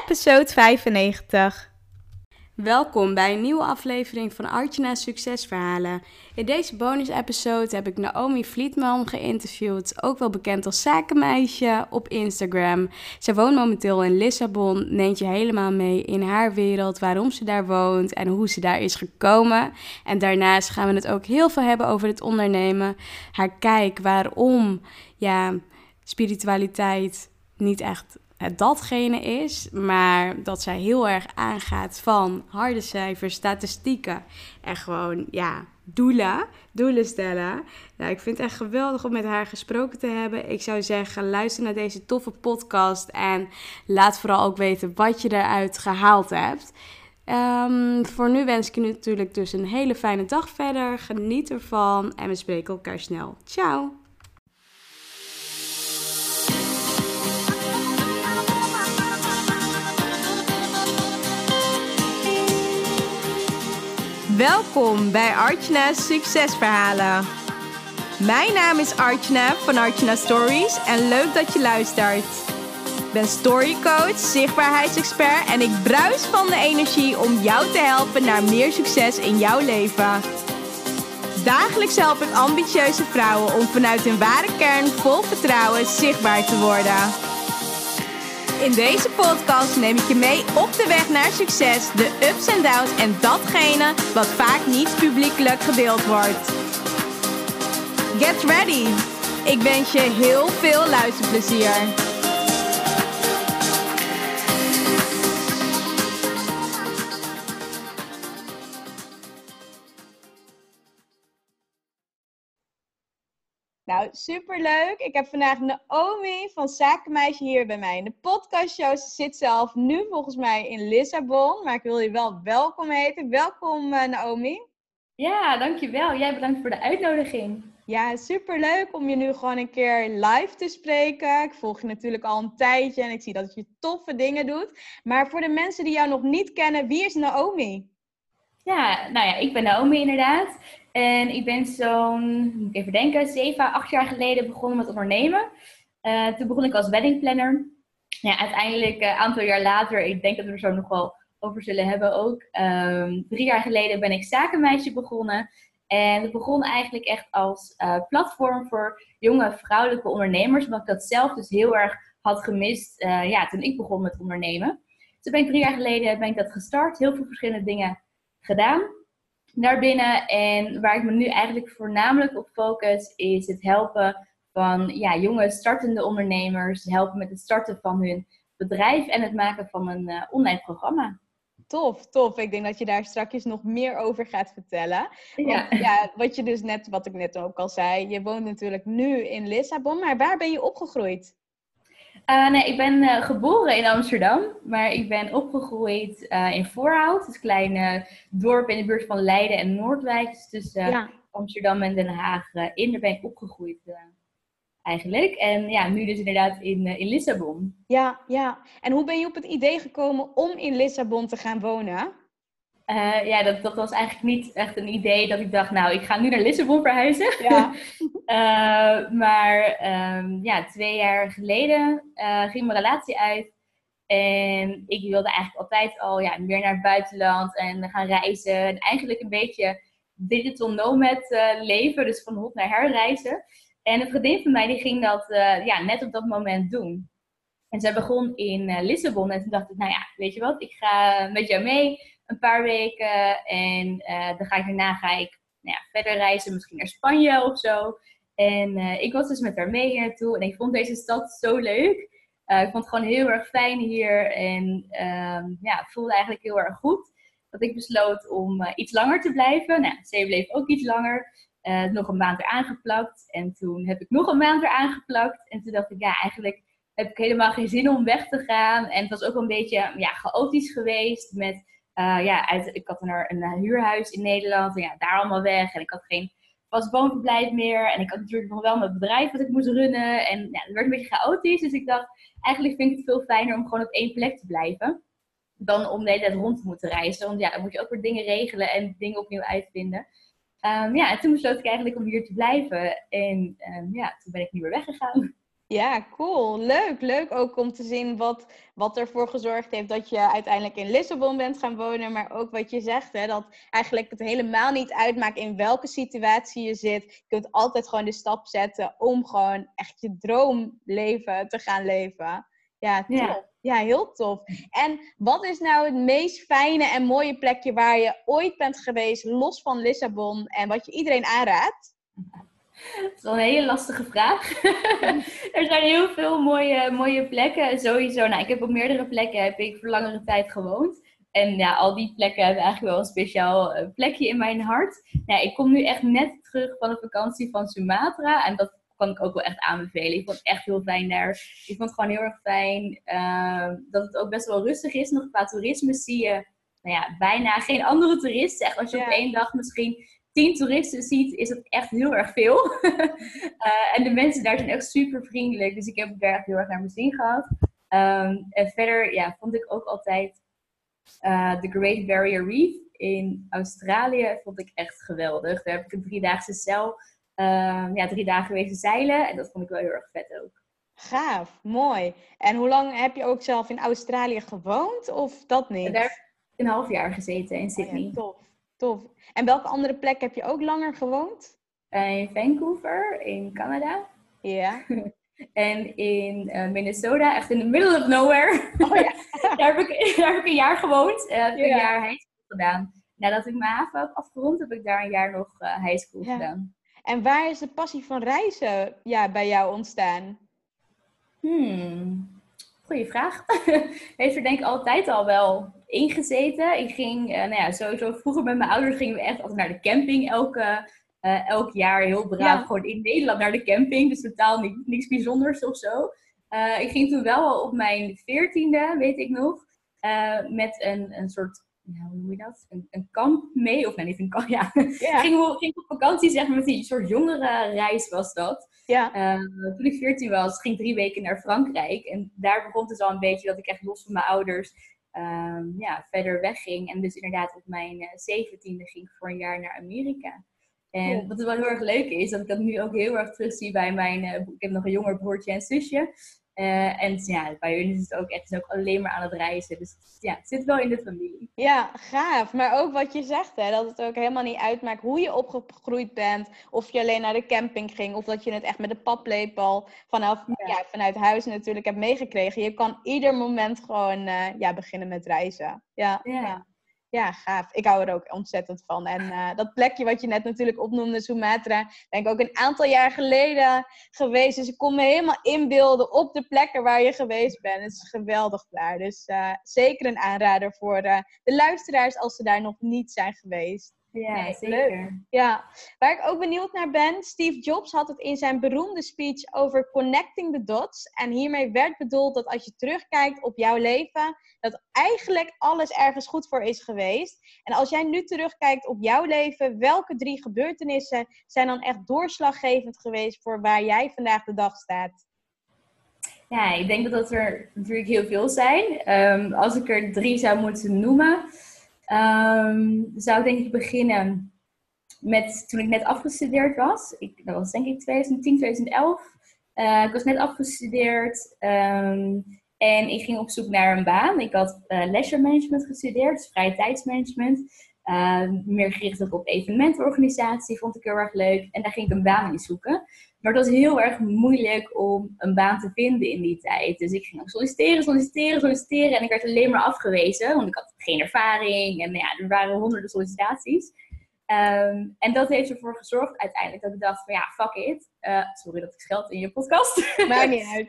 episode 95. Welkom bij een nieuwe aflevering van Artjana's Succesverhalen. In deze bonus-episode heb ik Naomi Vlietman geïnterviewd, ook wel bekend als Zakenmeisje op Instagram. Zij woont momenteel in Lissabon, neemt je helemaal mee in haar wereld, waarom ze daar woont en hoe ze daar is gekomen. En daarnaast gaan we het ook heel veel hebben over het ondernemen, haar kijk waarom spiritualiteit niet echt datgene is, maar dat zij heel erg aangaat van harde cijfers, statistieken en gewoon, doelen stellen. Nou, ik vind het echt geweldig om met haar gesproken te hebben. Ik zou zeggen, luister naar deze toffe podcast en laat vooral ook weten wat je eruit gehaald hebt. Voor nu wens ik je natuurlijk dus een hele fijne dag verder. Geniet ervan en we spreken elkaar snel. Ciao! Welkom bij Artjana's Succesverhalen. Mijn naam is Artjana van Artjana Stories en leuk dat je luistert. Ik ben storycoach, zichtbaarheidsexpert en ik bruis van de energie om jou te helpen naar meer succes in jouw leven. Dagelijks help ik ambitieuze vrouwen om vanuit hun ware kern vol vertrouwen zichtbaar te worden. In deze podcast neem ik je mee op de weg naar succes, de ups en downs en datgene wat vaak niet publiekelijk gedeeld wordt. Get ready! Ik wens je heel veel luisterplezier. Nou, superleuk. Ik heb vandaag Naomi van Zakenmeisje hier bij mij in de podcastshow. Ze zit zelf nu volgens mij in Lissabon, maar ik wil je wel welkom heten. Welkom Naomi. Ja, dankjewel. Jij bedankt voor de uitnodiging. Ja, superleuk om je nu gewoon een keer live te spreken. Ik volg je natuurlijk al een tijdje en ik zie dat je toffe dingen doet. Maar voor de mensen die jou nog niet kennen, wie is Naomi? Ja, nou ja, ik ben Naomi inderdaad. En ik ben zo'n, moet ik even denken, 7, 8 jaar geleden begonnen met ondernemen. Toen begon ik als weddingplanner. Ja, uiteindelijk, een aantal jaar later, ik denk dat we er zo nog wel over zullen hebben ook. 3 jaar geleden ben ik Zakenmeisje begonnen. En het begon eigenlijk echt als platform voor jonge vrouwelijke ondernemers. Omdat ik dat zelf dus heel erg had gemist toen ik begon met ondernemen. Toen ben ik 3 jaar geleden dat gestart. Heel veel verschillende dingen gedaan daarbinnen. En waar ik me nu eigenlijk voornamelijk op focus is het helpen van jonge startende ondernemers. Helpen met het starten van hun bedrijf en het maken van een online programma. Tof. Ik denk dat je daar straks nog meer over gaat vertellen. Want, wat ik net ook al zei, je woont natuurlijk nu in Lissabon, maar waar ben je opgegroeid? Nee, ik ben geboren in Amsterdam, maar ik ben opgegroeid in Voorhout. Het klein dorp in de buurt van Leiden en Noordwijk. Dus tussen Amsterdam en Den Haag. Daar ben ik opgegroeid eigenlijk. En nu dus inderdaad in Lissabon. Ja. En hoe ben je op het idee gekomen om in Lissabon te gaan wonen? Dat was eigenlijk niet echt een idee dat ik dacht, nou, ik ga nu naar Lissabon verhuizen. Ja. Maar 2 jaar geleden ging mijn relatie uit. En ik wilde eigenlijk altijd al meer naar het buitenland en gaan reizen. En eigenlijk een beetje digital nomad leven, dus van hot naar her reizen. En een vriendin van mij die ging dat net op dat moment doen. En zij begon in Lissabon en toen dacht ik, weet je wat, ik ga met jou mee een paar weken. En daarna ga ik verder reizen, misschien naar Spanje of zo. En ik was dus met haar mee hier naartoe en ik vond deze stad zo leuk. Ik vond het gewoon heel erg fijn hier en het voelde eigenlijk heel erg goed. Dat ik besloot om iets langer te blijven. Zij bleef ook iets langer. Nog een maand eraan geplakt. En toen heb ik nog een maand eraan geplakt. En toen dacht ik, eigenlijk heb ik helemaal geen zin om weg te gaan. En het was ook een beetje chaotisch geweest. Ik had een huurhuis in Nederland. En daar allemaal weg. En ik had geen vast woonverblijf meer. En ik had natuurlijk nog wel mijn bedrijf wat ik moest runnen. En het werd een beetje chaotisch. Dus ik dacht, eigenlijk vind ik het veel fijner om gewoon op één plek te blijven. Dan om de hele tijd rond te moeten reizen. Want dan moet je ook weer dingen regelen en dingen opnieuw uitvinden. En toen besloot ik eigenlijk om hier te blijven. En toen ben ik niet meer weggegaan. Ja, cool. Leuk. Leuk ook om te zien wat ervoor gezorgd heeft dat je uiteindelijk in Lissabon bent gaan wonen. Maar ook wat je zegt, hè, dat eigenlijk het helemaal niet uitmaakt in welke situatie je zit. Je kunt altijd gewoon de stap zetten om gewoon echt je droomleven te gaan leven. Ja, Ja. tof. Ja, heel tof. En wat is nou het meest fijne en mooie plekje waar je ooit bent geweest, los van Lissabon, en wat je iedereen aanraadt? Dat is wel een hele lastige vraag. Er zijn heel veel mooie plekken. Sowieso, nou, ik heb op meerdere plekken heb ik voor langere tijd gewoond. En ja, al die plekken hebben eigenlijk wel een speciaal plekje in mijn hart. Nou, ik kom nu echt net terug van een vakantie van Sumatra. En dat kan ik ook wel echt aanbevelen. Ik vond het echt heel fijn daar. Ik vond het gewoon heel erg fijn dat het ook best wel rustig is. Nog qua toerisme zie je nou ja, bijna geen andere toeristen. Echt, als je op één dag misschien 10 toeristen ziet, is dat echt heel erg veel. En de mensen daar zijn echt super vriendelijk. Dus ik heb het daar echt heel erg naar mijn zin gehad. En verder ja, vond ik ook altijd The Great Barrier Reef in Australië vond ik echt geweldig. Daar heb ik een 3-daagse zeil, 3 dagen geweest zeilen. En dat vond ik wel heel erg vet ook. Gaaf, mooi. En hoe lang heb je ook zelf in Australië gewoond of dat En daar heb niet? ik een half jaar gezeten in Oh ja, Sydney. tof, tof. En welke andere plek heb je ook langer gewoond? In Vancouver in Canada. Ja. En in Minnesota, echt in the middle of nowhere. Oh ja. Daar heb ik een jaar gewoond. Heb ik een Ja. jaar high school gedaan. Nadat ik mijn HAVO heb afgerond, heb ik daar een jaar nog high school Ja. gedaan. En waar is de passie van reizen bij jou ontstaan? Goeie vraag. Heeft er denk ik altijd al wel ingezeten. Ik ging, sowieso vroeger met mijn ouders gingen we echt altijd naar de camping. Elk jaar heel braaf gewoon in Nederland naar de camping. Dus totaal niks bijzonders of zo. Ik ging toen wel al op mijn 14e, weet ik nog, met een soort, hoe noem je dat? Een kamp mee. Of nee, niet een kamp, ja. Ja. ging op vakantie, zeg maar, met een soort jongerenreis was dat. Ja. Toen ik 14 was, ging ik 3 weken naar Frankrijk. En daar begon het al een beetje dat ik echt los van mijn ouders verder wegging. En dus inderdaad op mijn 17e ging ik voor een jaar naar Amerika. En wat wel heel erg leuk is, dat ik dat nu ook heel erg terugzie bij mijn... ik heb nog een jonger broertje en zusje. En ja, bij hun is het ook echt ook alleen maar aan het reizen. Dus ja, het zit wel in de familie. Ja, gaaf. Maar ook wat je zegt, hè, dat het ook helemaal niet uitmaakt hoe je opgegroeid bent. Of je alleen naar de camping ging. Of dat je het echt met de paplepel vanuit huis natuurlijk hebt meegekregen. Je kan ieder moment gewoon beginnen met reizen. Ja, gaaf. Ik hou er ook ontzettend van. En dat plekje wat je net natuurlijk opnoemde, Sumatra, ben ik ook een aantal jaar geleden geweest. Dus ik kon me helemaal inbeelden op de plekken waar je geweest bent. Het is geweldig daar. Dus zeker een aanrader voor de luisteraars als ze daar nog niet zijn geweest. Ja, Nee, zeker. leuk. Ja, waar ik ook benieuwd naar ben, Steve Jobs had het in zijn beroemde speech over connecting the dots. En hiermee werd bedoeld dat als je terugkijkt op jouw leven, dat eigenlijk alles ergens goed voor is geweest. En als jij nu terugkijkt op jouw leven, welke 3 gebeurtenissen zijn dan echt doorslaggevend geweest voor waar jij vandaag de dag staat? Ja, ik denk dat er natuurlijk heel veel zijn. Als ik er 3 zou moeten noemen, zou ik denk ik beginnen met toen ik net afgestudeerd was. Dat was denk ik 2010, 2011. Ik was net afgestudeerd en ik ging op zoek naar een baan. Ik had leisure management gestudeerd, dus vrije tijdsmanagement. Meer gericht ook op evenementorganisatie, vond ik heel erg leuk. En daar ging ik een baan in zoeken. Maar het was heel erg moeilijk om een baan te vinden in die tijd. Dus ik ging ook solliciteren. En ik werd alleen maar afgewezen, want ik had geen ervaring. En er waren honderden sollicitaties. En dat heeft ervoor gezorgd uiteindelijk dat ik dacht van fuck it. Sorry dat ik scheld in je podcast. Maakt niet uit.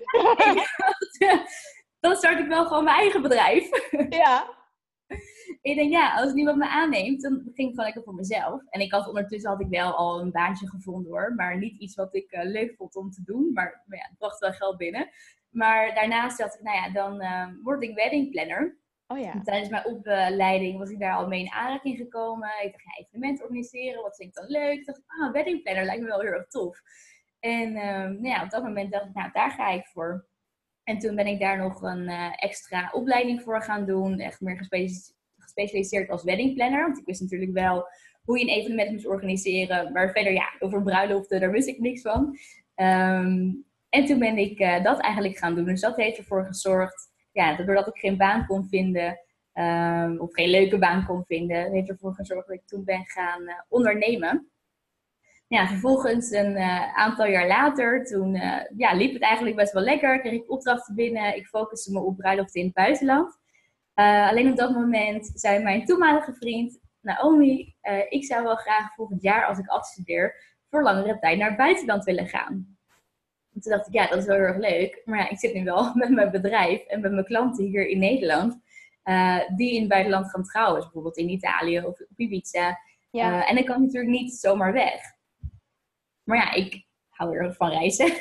Dan start ik wel gewoon mijn eigen bedrijf. Ja. Ik denk, als niemand me aanneemt, dan ging ik gewoon lekker voor mezelf. En ondertussen had ik wel al een baantje gevonden hoor. Maar niet iets wat ik leuk vond om te doen. Maar het bracht wel geld binnen. Maar daarnaast dacht ik, dan word ik wedding planner. Oh ja. En tijdens mijn opleiding was ik daar al mee in aanraking gekomen. Ik dacht, evenement organiseren, wat vind ik dan leuk? Ik dacht, wedding planner lijkt me wel heel erg tof. En op dat moment dacht ik, daar ga ik voor. En toen ben ik daar nog een extra opleiding voor gaan doen. Echt meer gespecialiseerd als weddingplanner. Want ik wist natuurlijk wel hoe je een evenement moest organiseren. Maar verder, over bruiloften, daar wist ik niks van. En toen ben ik dat eigenlijk gaan doen. Dus dat heeft ervoor gezorgd, ja, doordat ik geen baan kon vinden, of geen leuke baan kon vinden, heeft ervoor gezorgd dat ik toen ben gaan ondernemen. Ja, vervolgens een aantal jaar later, toen liep het eigenlijk best wel lekker. Kreeg ik opdrachten binnen. Ik focuste me op bruiloften in het buitenland. Alleen op dat moment zei mijn toenmalige vriend, Naomi, ik zou wel graag volgend jaar als ik afstudeer voor langere tijd naar het buitenland willen gaan. En toen dacht ik, ja, dat is wel heel erg leuk. Maar ja, ik zit nu wel met mijn bedrijf en met mijn klanten hier in Nederland. Die in het buitenland gaan trouwen. Dus bijvoorbeeld in Italië of op Ibiza. Ja. En ik kan natuurlijk niet zomaar weg. Maar ja, ik hou heel erg van reizen.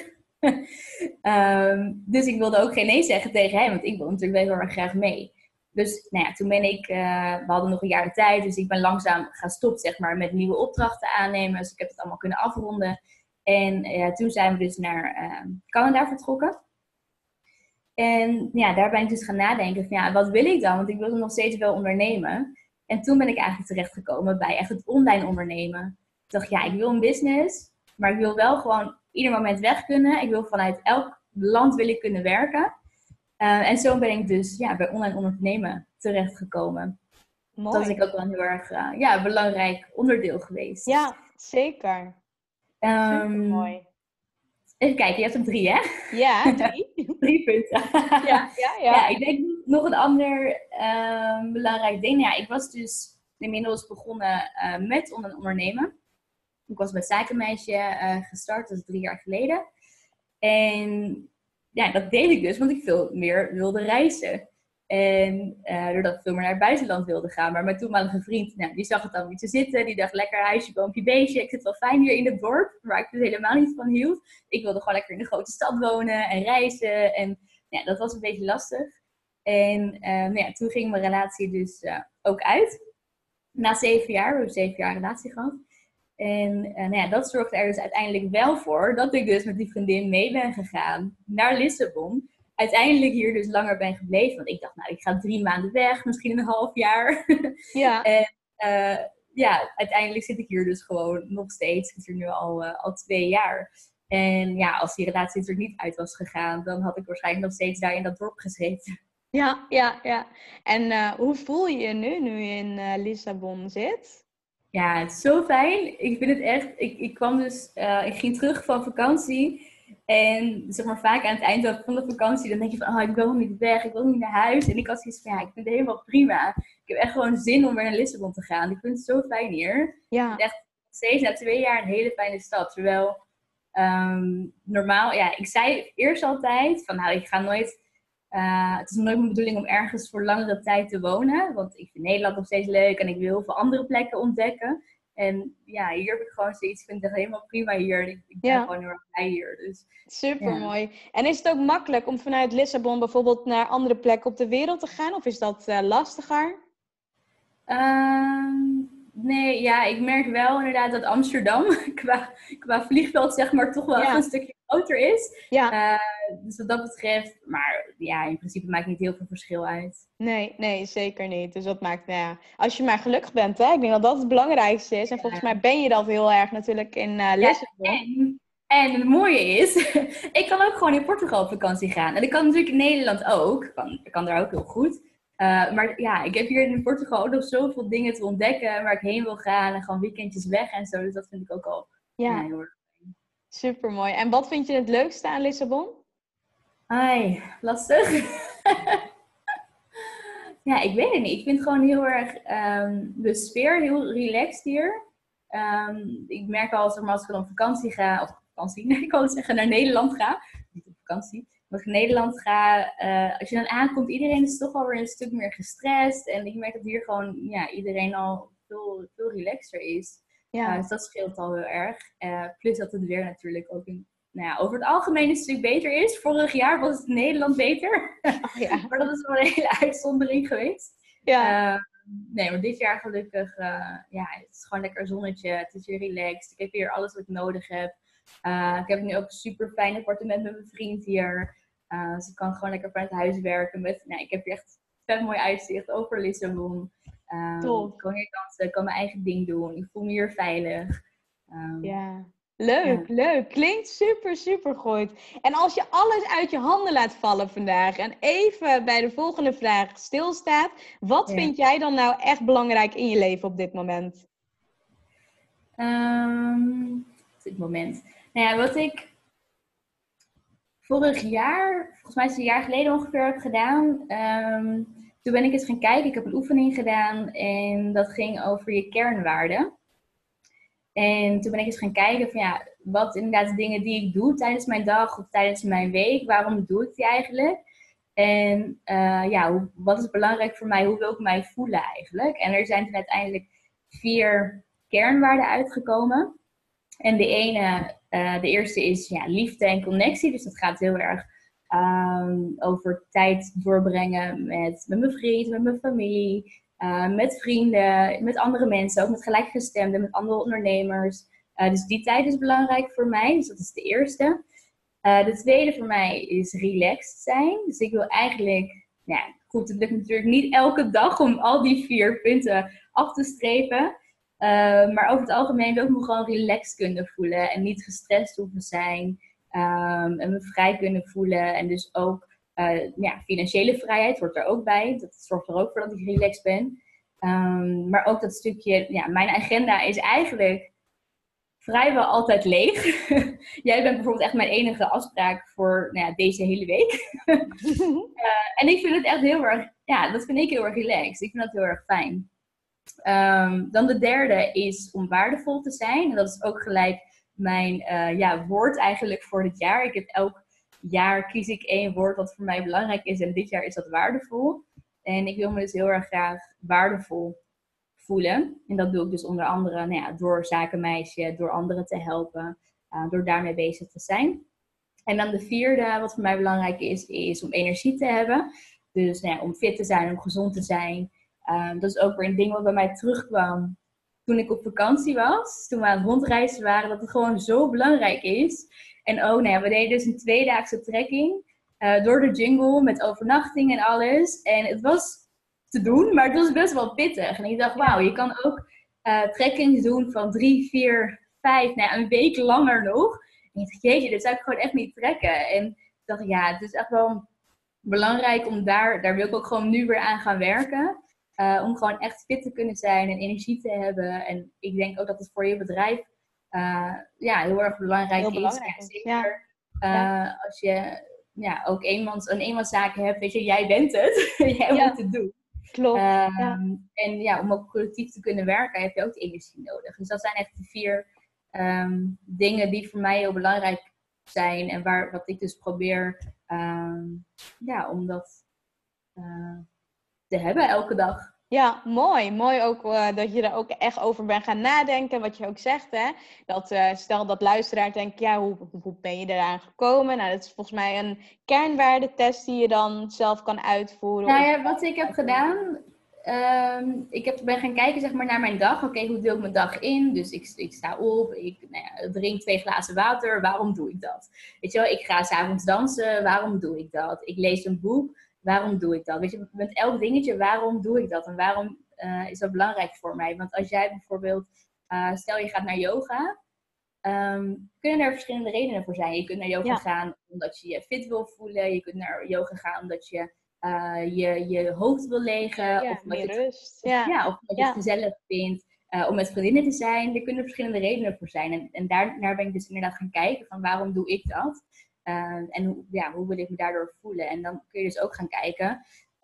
Dus ik wilde ook geen nee zeggen tegen hem. Want ik wil natuurlijk wel heel erg graag mee. Dus nou ja, toen ben ik... we hadden nog een jaar de tijd. Dus ik ben langzaam gaan stoppen, zeg maar, met nieuwe opdrachten aannemen. Dus ik heb het allemaal kunnen afronden. En toen zijn we dus naar Canada vertrokken. En ja, daar ben ik dus gaan nadenken van ja, wat wil ik dan? Want ik wilde nog steeds wel ondernemen. En toen ben ik eigenlijk terechtgekomen bij echt het online ondernemen. Ik dacht, ja, ik wil een business, maar ik wil wel gewoon ieder moment weg kunnen. Ik wil vanuit elk land wil ik kunnen werken. En zo ben ik dus bij online ondernemen terechtgekomen. Mooi. Dat is ook wel een heel erg een belangrijk onderdeel geweest. Ja, zeker. Mooi. Even kijken, je hebt er 3, hè? Ja, 3. 3 punten. Ja, ik denk nog een ander belangrijk ding. Ja, ik was dus inmiddels begonnen met ondernemen. Ik was met Zakenmeisje gestart, dat is 3 jaar geleden. En ja, dat deed ik dus, want ik veel meer wilde reizen. En doordat ik veel meer naar het buitenland wilde gaan. Maar mijn toenmalige vriend, die zag het dan niet te zitten. Die dacht, lekker huisje, boompje, beestje. Ik zit wel fijn hier in het dorp, waar ik dus helemaal niet van hield. Ik wilde gewoon lekker in de grote stad wonen en reizen. En ja, dat was een beetje lastig. En toen ging mijn relatie dus ook uit. Na 7 jaar, we hebben 7 jaar relatie gehad. En dat zorgde er dus uiteindelijk wel voor dat ik dus met die vriendin mee ben gegaan naar Lissabon. Uiteindelijk hier dus langer ben gebleven. Want ik dacht, ik ga 3 maanden weg, misschien een half jaar. Ja. En uiteindelijk zit ik hier dus gewoon nog steeds. Ik zit hier nu al 2 jaar. En ja, als die relatie natuurlijk niet uit was gegaan, dan had ik waarschijnlijk nog steeds daar in dat dorp gezeten. Ja. En hoe voel je je nu je in Lissabon zit? Ja, het is zo fijn. Ik vind het echt... Ik kwam dus... ik ging terug van vakantie. En zeg maar vaak aan het eind van de vakantie, dan denk je van, ik wil niet weg, ik wil niet naar huis. En ik had zoiets van, ik vind het helemaal prima. Ik heb echt gewoon zin om weer naar Lissabon te gaan. Ik vind het zo fijn hier. Ja. Het is echt steeds na 2 jaar een hele fijne stad. Terwijl normaal, ik zei eerst altijd van, ik ga nooit... het is nooit mijn bedoeling om ergens voor langere tijd te wonen. Want ik vind Nederland nog steeds leuk en ik wil heel veel andere plekken ontdekken. En ja, hier heb ik gewoon zoiets, ik vind het helemaal prima hier. Ik ben gewoon heel erg blij hier. Dus, super mooi. En is het ook makkelijk om vanuit Lissabon bijvoorbeeld naar andere plekken op de wereld te gaan? Of is dat lastiger? Nee, ik merk wel inderdaad dat Amsterdam qua vliegveld zeg maar toch wel echt een stukje groter is. Ja. Dus wat dat betreft, maar in principe maakt niet heel veel verschil uit. Nee, zeker niet. Dus dat maakt, als je maar gelukkig bent, hè. Ik denk dat dat het belangrijkste is. En volgens mij ben je dat heel erg natuurlijk in Lissabon. En het mooie is, ik kan ook gewoon in Portugal op vakantie gaan. En dat kan natuurlijk in Nederland ook. Ik kan daar ook heel goed. Maar ik heb hier in Portugal ook nog zoveel dingen te ontdekken waar ik heen wil gaan. En gewoon weekendjes weg en zo. Dus dat vind ik ook al heel erg fijn. Super mooi. En wat vind je het leukste aan Lissabon? Lastig. Ik weet het niet. Ik vind gewoon heel erg de sfeer heel relaxed hier. Ik merk al, zeg maar, als ik dan op vakantie ga, ik wil zeggen naar Nederland ga, niet op vakantie, maar als ik naar Nederland ga, als je dan aankomt, iedereen is toch alweer een stuk meer gestrest. En ik merk dat hier gewoon, iedereen al veel relaxter is. Ja. Dus dat scheelt al heel erg. Plus dat het weer natuurlijk ook over het algemeen een stuk beter is. Vorig jaar was het in Nederland beter. Maar dat is wel een hele uitzondering geweest. Ja. Maar dit jaar gelukkig, het is gewoon lekker zonnetje. Het is weer relaxed. Ik heb hier alles wat ik nodig heb. Ik heb nu ook een super fijn appartement met mijn vriend hier. Dus ik kan gewoon lekker vanuit huis werken. Ik heb hier echt vet mooi uitzicht over Lissabon. Ik kan hier dansen, ik kan mijn eigen ding doen. Ik voel me hier veilig. Leuk, Ja. leuk. Klinkt super, super goed. En als je alles uit je handen laat vallen vandaag en even bij de volgende vraag stilstaat, wat Ja. vind jij dan nou echt belangrijk in je leven op dit moment? Op dit moment. Nou ja, wat ik vorig jaar, volgens mij is het een jaar geleden ongeveer, heb gedaan. Toen ben ik eens gaan kijken. Ik heb een oefening gedaan en dat ging over je kernwaarden. En toen ben ik eens gaan kijken van ja, wat inderdaad de dingen die ik doe tijdens mijn dag of tijdens mijn week, waarom doe ik die eigenlijk? En ja, wat is belangrijk voor mij? Hoe wil ik mij voelen eigenlijk? En er zijn toen uiteindelijk 4 kernwaarden uitgekomen. En de eerste is ja, liefde en connectie. Dus dat gaat heel erg over tijd doorbrengen met mijn vriend, met mijn familie, met vrienden, met andere mensen, ook met gelijkgestemden, met andere ondernemers. Dus die tijd is belangrijk voor mij. Dus dat is de eerste. De tweede voor mij is relaxed zijn. Dus ik wil eigenlijk, ja, goed, het lukt natuurlijk niet elke dag om al die 4 punten af te strepen. Maar over het algemeen wil ik me gewoon relaxed kunnen voelen en niet gestrest hoeven zijn. En me vrij kunnen voelen. En dus ook ja, financiële vrijheid hoort er ook bij. Dat zorgt er ook voor dat ik relaxed ben. Maar ook dat stukje, ja, mijn agenda is eigenlijk vrijwel altijd leeg. Jij bent bijvoorbeeld echt mijn enige afspraak voor nou ja, deze hele week. En ik vind het echt heel erg, ja, dat vind ik heel erg relaxed. Ik vind dat heel erg fijn. Dan de derde is om waardevol te zijn. En dat is ook gelijk mijn ja, woord eigenlijk voor dit jaar. Ik heb elk jaar kies ik 1 woord wat voor mij belangrijk is. En dit jaar is dat waardevol. En ik wil me dus heel erg graag waardevol voelen. En dat doe ik dus onder andere nou ja, door zakenmeisje, door anderen te helpen. Door daarmee bezig te zijn. En dan de vierde, wat voor mij belangrijk is om energie te hebben. Dus nou ja, om fit te zijn, om gezond te zijn. Dat is ook weer een ding wat bij mij terugkwam toen ik op vakantie was. Toen we aan het rondreizen waren, dat het gewoon zo belangrijk is. En ook, nou ja, we deden dus een 2-daagse trekking door de jungle met overnachting en alles. En het was te doen, maar het was best wel pittig. En ik dacht, wauw, je kan ook trekkings doen van 3, 4, 5, nou ja, een week langer nog. En ik dacht, jeetje, dit zou ik gewoon echt niet trekken. En ik dacht, ja, het is echt wel belangrijk om daar wil ik ook gewoon nu weer aan gaan werken. Om gewoon echt fit te kunnen zijn en energie te hebben. En ik denk ook dat het voor je bedrijf ja, heel erg belangrijk Heel belangrijk is. is. Zeker Ja. als je ja, ook een eenmanszaken hebt, weet je, jij bent het. Jij Ja. moet het doen. Klopt. Ja. En ja, om ook productief te kunnen werken, heb je ook de energie nodig. Dus dat zijn echt de 4 dingen die voor mij heel belangrijk zijn. En wat ik dus probeer ja, om dat te hebben elke dag. Ja, mooi. Mooi ook dat je er ook echt over bent gaan nadenken. Wat je ook zegt, hè. Dat stel dat luisteraar denkt, ja, hoe ben je eraan gekomen? Nou, dat is volgens mij een kernwaardetest die je dan zelf kan uitvoeren. Nou ja, wat ik heb gedaan, ben gaan kijken zeg maar, naar mijn dag. Oké, hoe deel ik mijn dag in? Dus ik sta op, ik nou ja, drink 2 glazen water. Waarom doe ik dat? Weet je wel, ik ga 's avonds dansen. Waarom doe ik dat? Ik lees een boek. Waarom doe ik dat? Weet je, met elk dingetje, waarom doe ik dat? En waarom is dat belangrijk voor mij? Want als jij bijvoorbeeld, stel je gaat naar yoga, kunnen er verschillende redenen voor zijn. Je kunt naar yoga gaan omdat je je fit wil voelen. Je kunt naar yoga gaan omdat je je hoofd wil legen. Ja, of omdat meer je rust. of omdat je het gezellig vindt. Om met vriendinnen te zijn. Er kunnen verschillende redenen voor zijn. En daar ben ik dus inderdaad gaan kijken van waarom doe ik dat? En hoe wil ik me daardoor voelen? En dan kun je dus ook gaan kijken.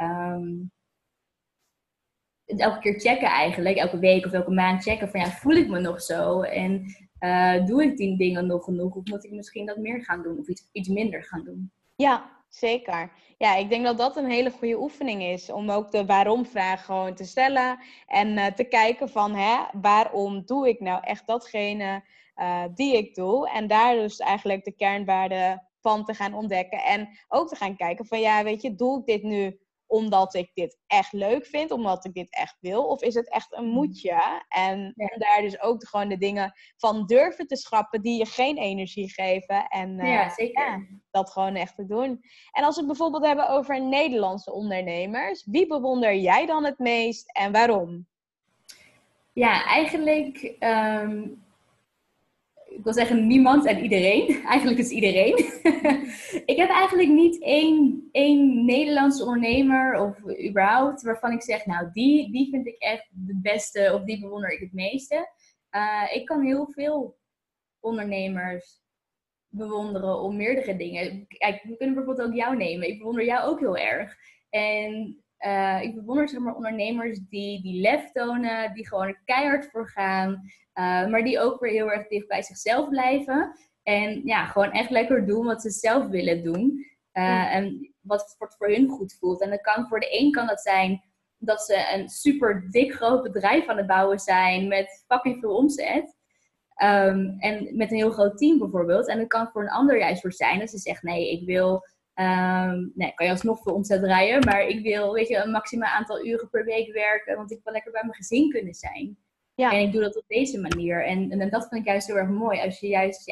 Elke keer checken eigenlijk. Elke week of elke maand checken van ja, voel ik me nog zo? En doe ik die dingen nog genoeg? Of moet ik misschien dat meer gaan doen? Of iets minder gaan doen? Ja, zeker. Ja, ik denk dat dat een hele goede oefening is. Om ook de waarom-vraag gewoon te stellen. En te kijken van, waarom doe ik nou echt datgene die ik doe? En daar dus eigenlijk de kernwaarden van te gaan ontdekken. En ook te gaan kijken van, ja, weet je, doe ik dit nu omdat ik dit echt leuk vind, omdat ik dit echt wil? Of is het echt een moedje? En om daar dus ook gewoon de dingen van durven te schrappen die je geen energie geven. En ja, zeker. dat gewoon echt te doen. En als we het bijvoorbeeld hebben over Nederlandse ondernemers, wie bewonder jij dan het meest en waarom? Ja, eigenlijk ik wil zeggen niemand en iedereen. Eigenlijk is iedereen. Ik heb eigenlijk niet één Nederlandse ondernemer of überhaupt waarvan ik zeg, nou die vind ik echt de beste of die bewonder ik het meeste. Ik kan heel veel ondernemers bewonderen om meerdere dingen. Kijk, we kunnen bijvoorbeeld ook jou nemen. Ik bewonder jou ook heel erg. En ik bewonder zeg maar ondernemers die lef tonen, die gewoon er keihard voor gaan, maar die ook weer heel erg dicht bij zichzelf blijven. En ja, gewoon echt lekker doen wat ze zelf willen doen. En wat voor hun goed voelt. En dat kan voor de een kan dat zijn dat ze een super dik groot bedrijf aan het bouwen zijn met fucking veel omzet. En met een heel groot team bijvoorbeeld. En dat kan voor een ander juist voor zijn. Dat ze zegt, nee, ik wil... nee, kan je alsnog veel omzet draaien. Maar ik wil, weet je, een maximaal aantal uren per week werken. Want ik wil lekker bij mijn gezin kunnen zijn. Ja. En ik doe dat op deze manier. En dat vind ik juist heel erg mooi. Als je juist je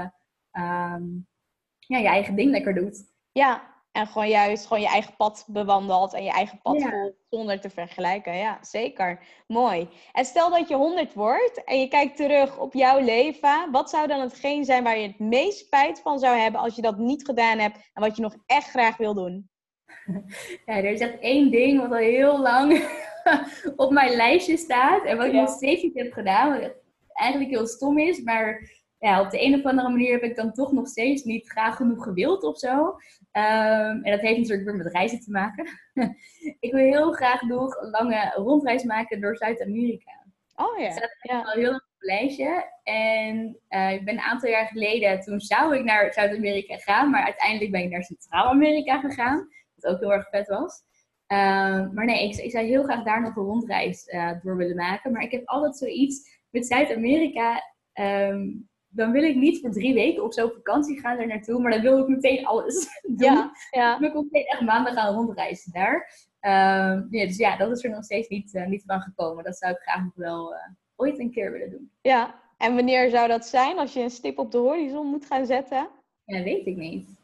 eigen ding lekker doet. Ja, en gewoon juist je eigen pad bewandelt. En je eigen pad volgt zonder te vergelijken. Ja, zeker. Mooi. En stel dat je 100 wordt en je kijkt terug op jouw leven. Wat zou dan hetgeen zijn waar je het meest spijt van zou hebben als je dat niet gedaan hebt. En wat je nog echt graag wil doen? Ja, er is echt één ding wat al heel lang op mijn lijstje staat. En wat ik nog steeds niet heb gedaan. Wat eigenlijk heel stom is. Maar ja, op de een of andere manier heb ik dan toch nog steeds niet graag genoeg gewild of zo. En dat heeft natuurlijk weer met reizen te maken. Ik wil heel graag nog een lange rondreis maken door Zuid-Amerika. Oh ja. Dus dat is al heel lang op mijn lijstje. En ik ben een aantal jaar geleden, toen zou ik naar Zuid-Amerika gaan. Maar uiteindelijk ben ik naar Centraal-Amerika gegaan. Wat ook heel erg vet was. Maar nee, ik zou heel graag daar nog een rondreis door willen maken. Maar ik heb altijd zoiets met Zuid-Amerika. Dan wil ik niet voor 3 weken of zo op vakantie gaan daar naartoe. Maar dan wil ik meteen alles doen. Ja. Dan wil ik meteen echt maanden gaan rondreizen daar. Dus ja, dat is er nog steeds niet van gekomen. Dat zou ik graag nog wel ooit een keer willen doen. Ja, en wanneer zou dat zijn als je een stip op de horizon moet gaan zetten? Ja, weet ik niet.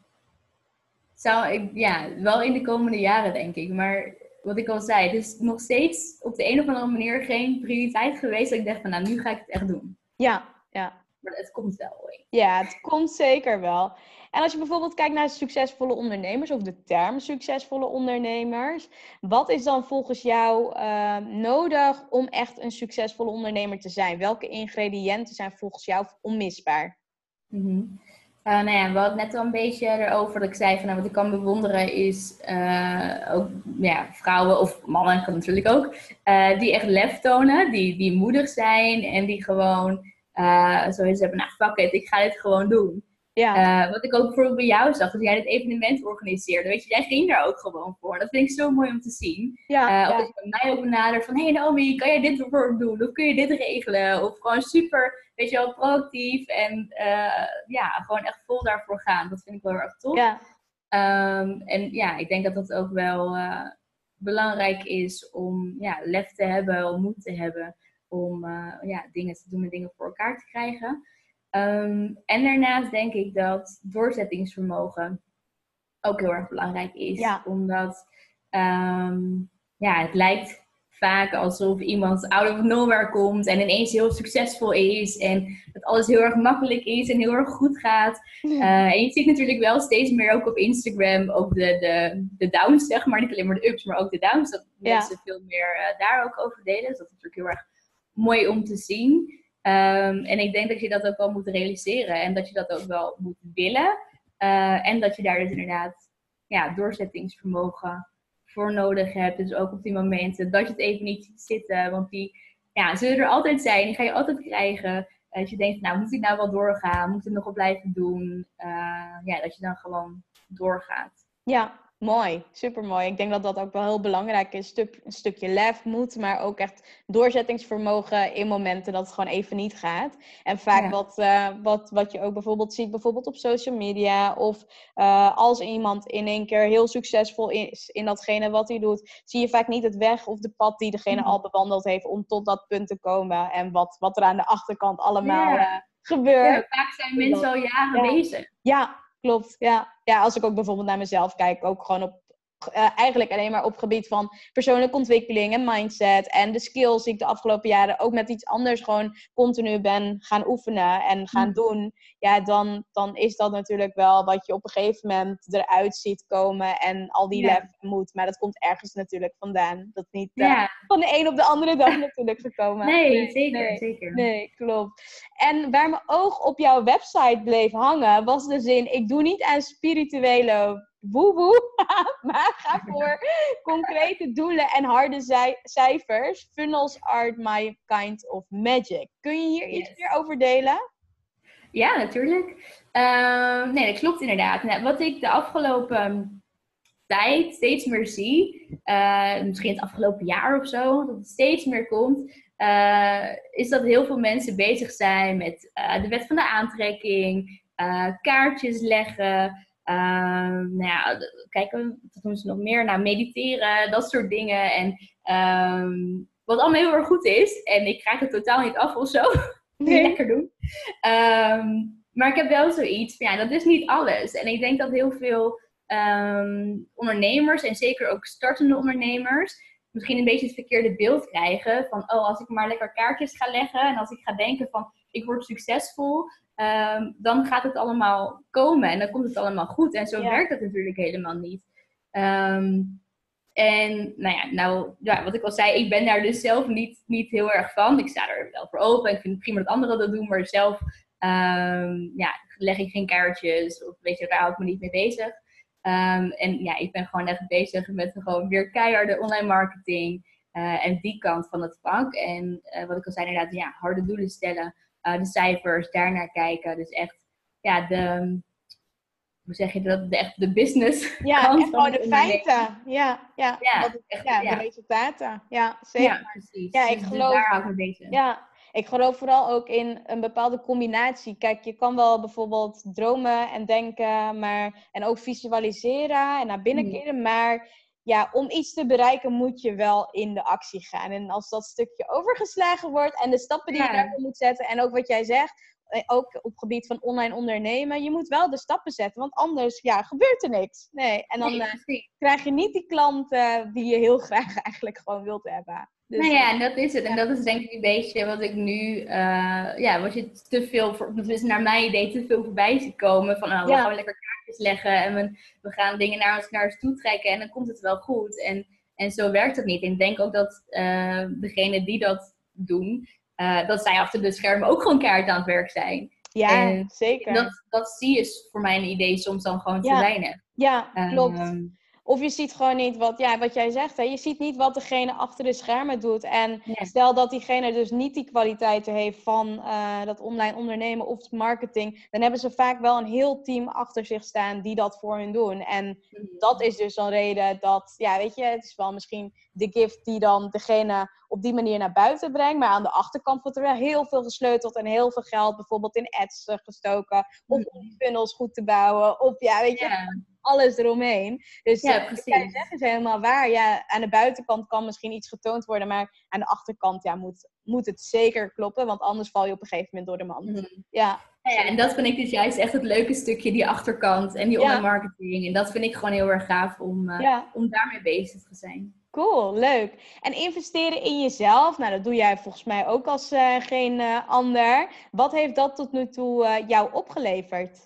Wel in de komende jaren denk ik. Maar wat ik al zei, het is nog steeds op de een of andere manier geen prioriteit geweest. Dat ik dacht van nou, nu ga ik het echt doen. Ja. Maar het komt wel ooit. Ja, het komt zeker wel. En als je bijvoorbeeld kijkt naar succesvolle ondernemers, of de term succesvolle ondernemers, wat is dan volgens jou nodig om echt een succesvolle ondernemer te zijn? Welke ingrediënten zijn volgens jou onmisbaar? We hadden net al een beetje erover dat ik zei van wat ik kan bewonderen is ook vrouwen of mannen kan natuurlijk ook, die echt lef tonen, die moedig zijn en die gewoon zoiets hebben, nou fuck it, ik ga dit gewoon doen. Ja. Wat ik ook bijvoorbeeld bij jou zag, dat jij dit evenement organiseerde. Weet je, jij ging daar ook gewoon voor. Dat vind ik zo mooi om te zien. Of dat je bij mij ook benadert van, hey Naomi, kan jij dit bijvoorbeeld doen? Of kun je dit regelen? Of gewoon super, weet je wel, proactief. En gewoon echt vol daarvoor gaan. Dat vind ik wel heel erg tof. Ja. Ik denk dat dat ook wel belangrijk is om lef te hebben, om moed te hebben. Om dingen te doen en dingen voor elkaar te krijgen. En daarnaast denk ik dat doorzettingsvermogen ook heel erg belangrijk is. Ja. Omdat het lijkt vaak alsof iemand out of nowhere komt en ineens heel succesvol is. En dat alles heel erg makkelijk is en heel erg goed gaat. En je ziet natuurlijk wel steeds meer ook op Instagram ook de downs, zeg maar. Niet alleen maar de ups, maar ook de downs. Dat mensen veel meer daar ook over delen. Dus dat is natuurlijk heel erg mooi om te zien. En ik denk dat je dat ook wel moet realiseren. En dat je dat ook wel moet willen. En dat je daar dus inderdaad doorzettingsvermogen voor nodig hebt. Dus ook op die momenten dat je het even niet ziet zitten. Want die zullen er altijd zijn. Die ga je altijd krijgen. Dat je denkt, nou moet ik nou wel doorgaan? Moet ik het nog wel blijven doen? Dat je dan gewoon doorgaat. Ja. Mooi, supermooi. Ik denk dat dat ook wel heel belangrijk is. Een stukje lef, moed, maar ook echt doorzettingsvermogen in momenten dat het gewoon even niet gaat. En vaak wat je ook bijvoorbeeld ziet, bijvoorbeeld op social media, of als iemand in één keer heel succesvol is in datgene wat hij doet, zie je vaak niet het weg of de pad die degene al bewandeld heeft om tot dat punt te komen. En wat er aan de achterkant allemaal gebeurt. Ja, vaak zijn mensen al jaren bezig. Ja. Klopt, ja. Ja, als ik ook bijvoorbeeld naar mezelf kijk, ook gewoon eigenlijk alleen maar op gebied van persoonlijke ontwikkeling en mindset en de skills die ik de afgelopen jaren ook met iets anders gewoon continu ben gaan oefenen en gaan doen. Ja, dan is dat natuurlijk wel wat je op een gegeven moment eruit ziet komen en al die lef moet. Maar dat komt ergens natuurlijk vandaan. Dat is niet van de een op de andere dag natuurlijk gekomen. Nee, zeker. Nee, klopt. En waar mijn oog op jouw website bleef hangen, was de zin: ik doe niet aan spirituele woewoe, maar ga voor concrete doelen en harde cijfers. Funnels are my kind of magic. Kun je hier iets meer over delen? Ja, natuurlijk. Nee, dat klopt inderdaad. Nou, wat ik de afgelopen tijd steeds meer zie, misschien het afgelopen jaar of zo, dat het steeds meer komt, is dat heel veel mensen bezig zijn met de wet van de aantrekking, kaartjes leggen, kijken, wat doen ze nog meer? Nou, mediteren, dat soort dingen. En wat allemaal heel erg goed is. En ik krijg het totaal niet af of zo. Nee. Lekker doen. Maar ik heb wel zoiets van, dat is niet alles. En ik denk dat heel veel ondernemers, en zeker ook startende ondernemers, misschien een beetje het verkeerde beeld krijgen van, als ik maar lekker kaartjes ga leggen en als ik ga denken van, ik word succesvol, dan gaat het allemaal komen en dan komt het allemaal goed. En zo werkt dat natuurlijk helemaal niet. En wat ik al zei, ik ben daar dus zelf niet heel erg van. Ik sta er wel voor open en ik vind het prima dat anderen dat doen, maar zelf leg ik geen kaartjes of daar hou ik me niet mee bezig. Ik ben gewoon echt bezig met gewoon weer keiharde online marketing en die kant van het vak. En wat ik al zei, inderdaad, harde doelen stellen, de cijfers, daarnaar kijken. Dus echt, hoe zeg je dat? De business kant en gewoon de feiten. De resultaten. Ja, zeker. Ja, precies. Ja, ik geloof, daar hou ik me bezig. Ja, ik geloof vooral ook in een bepaalde combinatie. Kijk, je kan wel bijvoorbeeld dromen en denken, en ook visualiseren en naar binnen keren, maar om iets te bereiken moet je wel in de actie gaan. En als dat stukje overgeslagen wordt en de stappen die je daarvoor moet zetten, en ook wat jij zegt, ook op het gebied van online ondernemen, je moet wel de stappen zetten, want anders gebeurt er niks. Nee, en dan krijg je niet die klanten die je heel graag eigenlijk gewoon wilt hebben. Dus, en dat is het. En dat is denk ik een beetje wat ik nu, wat je te veel, dus naar mijn idee, te veel voorbij ziet komen. Van, we gaan lekker kaartjes leggen en we gaan dingen naar ons toe trekken en dan komt het wel goed. En zo werkt het niet. En ik denk ook dat degenen die dat doen, dat zij achter de schermen ook gewoon keihard aan het werk zijn. Ja, en zeker. Dat zie je voor mijn idee soms dan gewoon te weinig. Ja, klopt. Of je ziet gewoon niet wat jij zegt. Hè? Je ziet niet wat degene achter de schermen doet. En stel dat diegene dus niet die kwaliteiten heeft van dat online ondernemen of marketing. Dan hebben ze vaak wel een heel team achter zich staan die dat voor hun doen. En dat is dus een reden dat, het is wel misschien de gift die dan degene op die manier naar buiten brengt. Maar aan de achterkant wordt er wel heel veel gesleuteld en heel veel geld bijvoorbeeld in ads gestoken. Of om die funnels goed te bouwen. Of alles eromheen. Dus wat jij zegt is helemaal waar. Ja, aan de buitenkant kan misschien iets getoond worden, maar aan de achterkant moet het zeker kloppen, want anders val je op een gegeven moment door de mand. En dat vind ik dus juist echt het leuke stukje, die achterkant en die online marketing. En dat vind ik gewoon heel erg gaaf om daarmee bezig te zijn. Cool, leuk. En investeren in jezelf, dat doe jij volgens mij ook als geen ander. Wat heeft dat tot nu toe jou opgeleverd?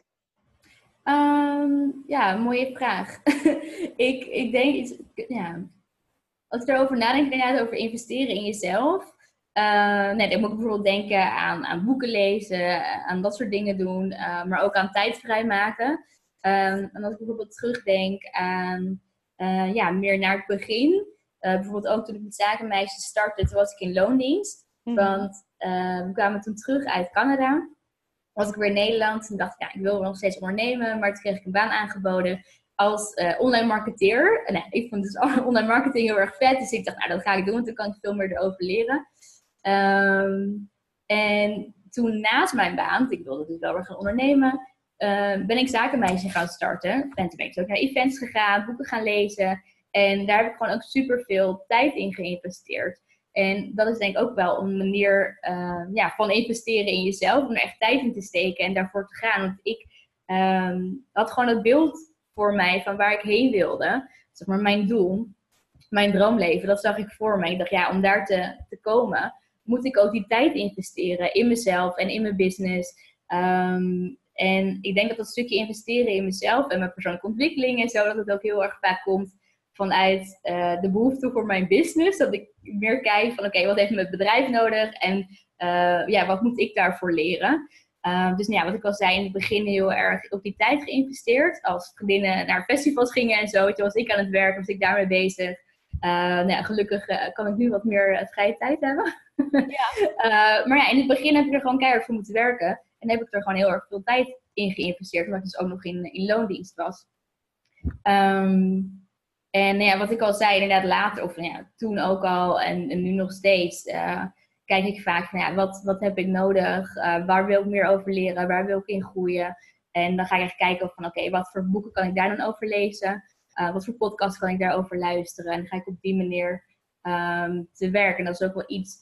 Mooie vraag. ik denk, als ik erover nadenk, inderdaad over investeren in jezelf. Dan moet ik bijvoorbeeld denken aan boeken lezen, aan dat soort dingen doen, maar ook aan tijd vrijmaken. En als ik bijvoorbeeld terugdenk aan, meer naar het begin, bijvoorbeeld ook toen ik met zakenmeisjes startte, toen was ik in loondienst. Want we kwamen toen terug uit Canada. Was ik weer in Nederland en dacht ik wil nog steeds ondernemen. Maar toen kreeg ik een baan aangeboden als online marketeer. En ik vond dus online marketing heel erg vet. Dus ik dacht, dat ga ik doen, want dan kan ik veel meer erover leren. En toen naast mijn baan, ik wilde dus wel weer gaan ondernemen, ben ik zakenmeisje gaan starten. En toen ben ik ook naar events gegaan, boeken gaan lezen. En daar heb ik gewoon ook super veel tijd in geïnvesteerd. En dat is denk ik ook wel een manier van investeren in jezelf. Om er echt tijd in te steken en daarvoor te gaan. Want ik had gewoon het beeld voor mij van waar ik heen wilde. zeg maar, mijn doel, mijn droomleven, dat zag ik voor me. Ik dacht, ja, om daar te komen, moet ik ook die tijd investeren in mezelf en in mijn business. En ik denk dat dat stukje investeren in mezelf en mijn persoonlijke ontwikkeling en zo, dat het ook heel erg vaak komt vanuit de behoefte voor mijn business. Dat ik meer kijk van, oké, wat heeft mijn bedrijf nodig en wat moet ik daarvoor leren? Dus wat ik al zei, in het begin heel erg op die tijd geïnvesteerd. Als vriendinnen naar festivals gingen en zo, was ik aan het werk, was ik daarmee bezig. Gelukkig kan ik nu wat meer vrije tijd hebben. Ja. Maar in het begin heb ik er gewoon keihard voor moeten werken. En heb ik er gewoon heel erg veel tijd in geïnvesteerd. Omdat ik dus ook nog in loondienst was. En wat ik al zei, inderdaad later, of toen ook al en nu nog steeds, kijk ik vaak van wat heb ik nodig? Waar wil ik meer over leren? Waar wil ik in groeien? En dan ga ik echt kijken van oké, wat voor boeken kan ik daar dan over lezen? Wat voor podcast kan ik daarover luisteren? En dan ga ik op die manier te werken. En dat is ook wel iets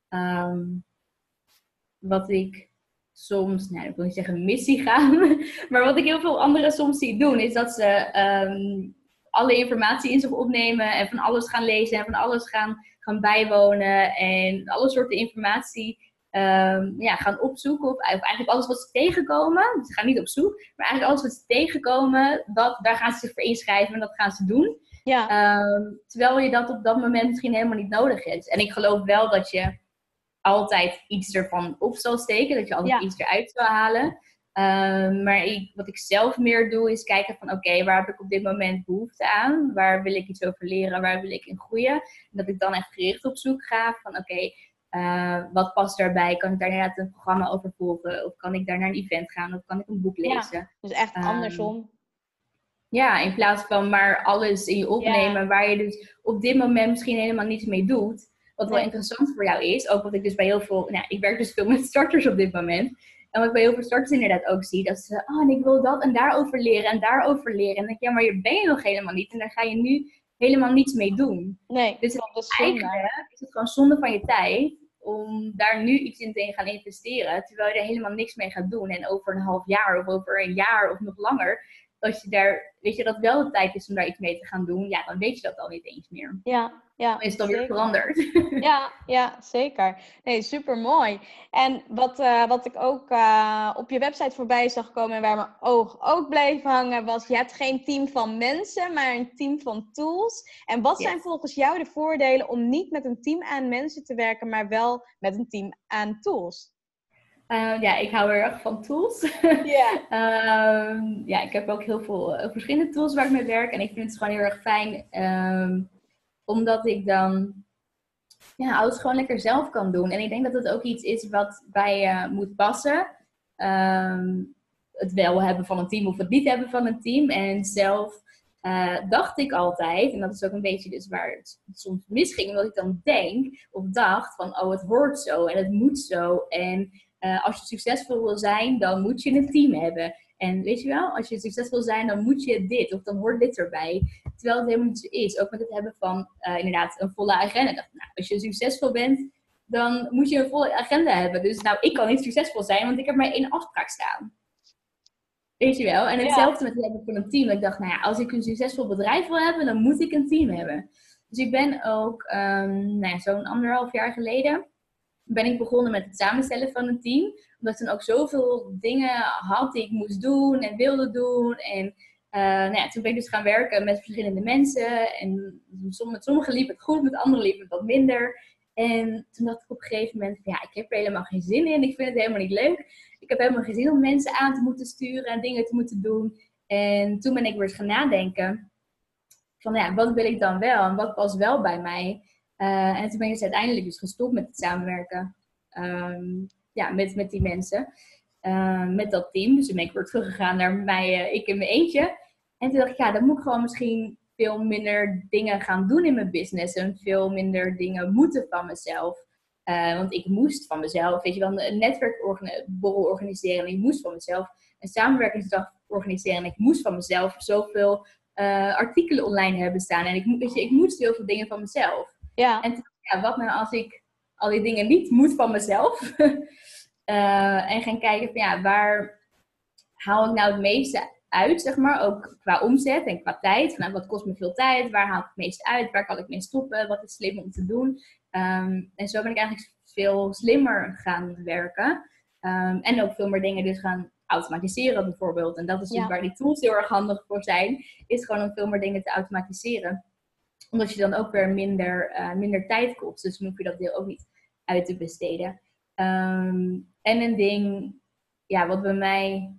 wat ik soms, ik wil niet zeggen missie gaan, maar wat ik heel veel anderen soms zie doen, is dat ze alle informatie in zich opnemen en van alles gaan lezen en van alles gaan bijwonen en alle soorten informatie gaan opzoeken. Of eigenlijk alles wat ze tegenkomen, ze gaan niet op zoek, maar eigenlijk alles wat ze tegenkomen, daar gaan ze zich voor inschrijven en dat gaan ze doen. Ja. Terwijl je dat op dat moment misschien helemaal niet nodig is. En ik geloof wel dat je altijd iets ervan op zal steken, dat je altijd iets eruit zal halen. Maar wat ik zelf meer doe, is kijken van oké, waar heb ik op dit moment behoefte aan? Waar wil ik iets over leren? Waar wil ik in groeien? En dat ik dan echt gericht op zoek ga van oké, wat past daarbij? Kan ik daar inderdaad een programma over volgen? Of kan ik daar naar een event gaan? Of kan ik een boek lezen? Ja, dus echt andersom. Ja, in plaats van maar alles in je opnemen, waar je dus op dit moment misschien helemaal niets mee doet. Wat wel interessant voor jou is, ook wat ik dus bij heel veel, ik werk dus veel met starters op dit moment. En wat ik bij heel veel starters inderdaad ook zie, dat ze, en ik wil dat en daarover leren en daarover leren. En dan denk ik, maar hier ben je nog helemaal niet en daar ga je nu helemaal niets mee doen. Nee, dus eigenlijk is het gewoon zonde van je tijd om daar nu iets in te gaan investeren, terwijl je er helemaal niks mee gaat doen. En over een half jaar of over een jaar of nog langer, dat je daar, weet je, dat wel de tijd is om daar iets mee te gaan doen, dan weet je dat al niet eens meer. Ja, dan is het dan weer veranderd. Ja, zeker. Nee, super mooi. En wat ik ook op je website voorbij zag komen en waar mijn oog ook bleef hangen, was je hebt geen team van mensen, maar een team van tools. En wat zijn volgens jou de voordelen om niet met een team aan mensen te werken, maar wel met een team aan tools? Ik hou heel erg van tools. Ik heb ook heel veel verschillende tools waar ik mee werk. En ik vind het gewoon heel erg fijn. Omdat ik dan alles gewoon lekker zelf kan doen. En ik denk dat het ook iets is wat bij je moet passen. Het wel hebben van een team of het niet hebben van een team. En zelf dacht ik altijd, en dat is ook een beetje dus waar het soms misging, omdat ik dan denk of dacht van het hoort zo en het moet zo. En als je succesvol wil zijn, dan moet je een team hebben. En weet je wel, als je succesvol wil zijn, dan moet je dit. Of dan hoort dit erbij. Terwijl het helemaal niet zo is. Ook met het hebben van inderdaad een volle agenda. Ik dacht, als je succesvol bent, dan moet je een volle agenda hebben. Dus ik kan niet succesvol zijn, want ik heb maar 1 afspraak staan. Weet je wel? En hetzelfde met het hebben van een team. Ik dacht, als ik een succesvol bedrijf wil hebben, dan moet ik een team hebben. Dus ik ben ook zo'n 1,5 jaar geleden ben ik begonnen met het samenstellen van een team. Omdat ik toen ook zoveel dingen had die ik moest doen en wilde doen. En toen ben ik dus gaan werken met verschillende mensen. En met sommigen liep het goed, met anderen liep het wat minder. En toen dacht ik op een gegeven moment, ik heb er helemaal geen zin in. Ik vind het helemaal niet leuk. Ik heb helemaal geen zin om mensen aan te moeten sturen en dingen te moeten doen. En toen ben ik weer eens gaan nadenken van wat wil ik dan wel en wat past wel bij mij. En toen ben ik dus uiteindelijk dus gestopt met het samenwerken met die mensen. Met dat team. Dus toen ben ik weer teruggegaan naar ik in mijn eentje. En toen dacht ik, dan moet ik gewoon misschien veel minder dingen gaan doen in mijn business. En veel minder dingen moeten van mezelf. Want ik moest van mezelf, weet je wel, een netwerkborrel organiseren. En ik moest van mezelf een samenwerkingsdag organiseren. En ik moest van mezelf zoveel artikelen online hebben staan. En ik moest heel veel dingen van mezelf. Ja. En toen, wat nou als ik al die dingen niet moet van mezelf? En gaan kijken van waar haal ik nou het meeste uit, zeg maar. Ook qua omzet en qua tijd. Van, nou, wat kost me veel tijd? Waar haal ik het meest uit? Waar kan ik mee stoppen? Wat is slim om te doen? En zo ben ik eigenlijk veel slimmer gaan werken. En ook veel meer dingen dus gaan automatiseren bijvoorbeeld. En dat is dus waar die tools heel erg handig voor zijn. Is gewoon om veel meer dingen te automatiseren. Omdat je dan ook weer minder tijd kost. Dus dan hoef je dat deel ook niet uit te besteden. En een ding wat bij mij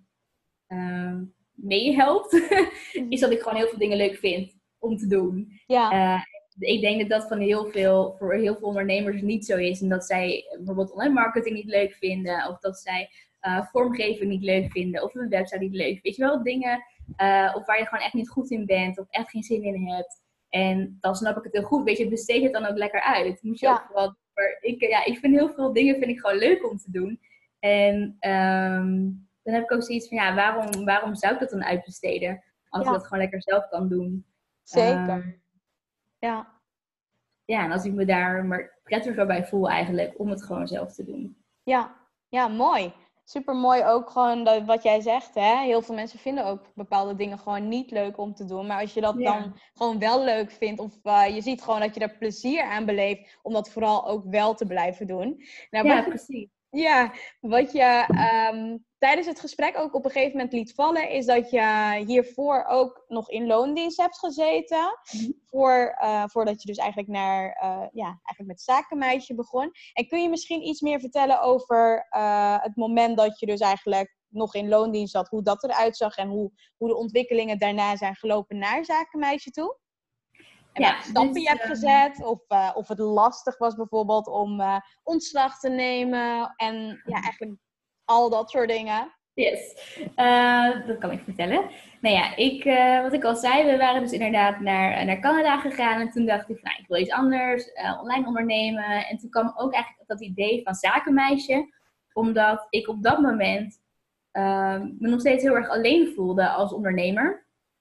meehelpt, is dat ik gewoon heel veel dingen leuk vind om te doen. Ja. Ik denk dat dat voor heel veel ondernemers niet zo is. En dat zij bijvoorbeeld online marketing niet leuk vinden. Of dat zij vormgeven niet leuk vinden. Of een website niet leuk. Weet je wel, dingen of waar je gewoon echt niet goed in bent. Of echt geen zin in hebt. En dan snap ik het heel goed. Weet je, besteed het dan ook lekker uit. Moet je ook vooral, ik vind heel veel dingen gewoon leuk om te doen. En dan heb ik ook zoiets van, waarom zou ik dat dan uitbesteden? Als ik dat gewoon lekker zelf kan doen. Zeker. Ja. Ja, en als ik me daar maar prettiger bij voel eigenlijk, om het gewoon zelf te doen. Ja, mooi. Super mooi ook gewoon wat jij zegt. Hè? Heel veel mensen vinden ook bepaalde dingen gewoon niet leuk om te doen. Maar als je dat dan gewoon wel leuk vindt. Of je ziet gewoon dat je er plezier aan beleeft. Om dat vooral ook wel te blijven doen. Nou, precies. Ja, wat je tijdens het gesprek ook op een gegeven moment liet vallen, is dat je hiervoor ook nog in loondienst hebt gezeten. Voordat je dus eigenlijk eigenlijk met zakenmeisje begon. En kun je misschien iets meer vertellen over het moment dat je dus eigenlijk nog in loondienst zat, hoe dat eruit zag en hoe de ontwikkelingen daarna zijn gelopen naar zakenmeisje toe? En welke stappen je hebt gezet. Of het lastig was bijvoorbeeld om ontslag te nemen. En eigenlijk al dat soort dingen. Yes, dat kan ik vertellen. Nou ja, wat ik al zei, we waren dus inderdaad naar Canada gegaan. En toen dacht ik van, ik wil iets anders, online ondernemen. En toen kwam ook eigenlijk dat idee van zakenmeisje. Omdat ik op dat moment me nog steeds heel erg alleen voelde als ondernemer.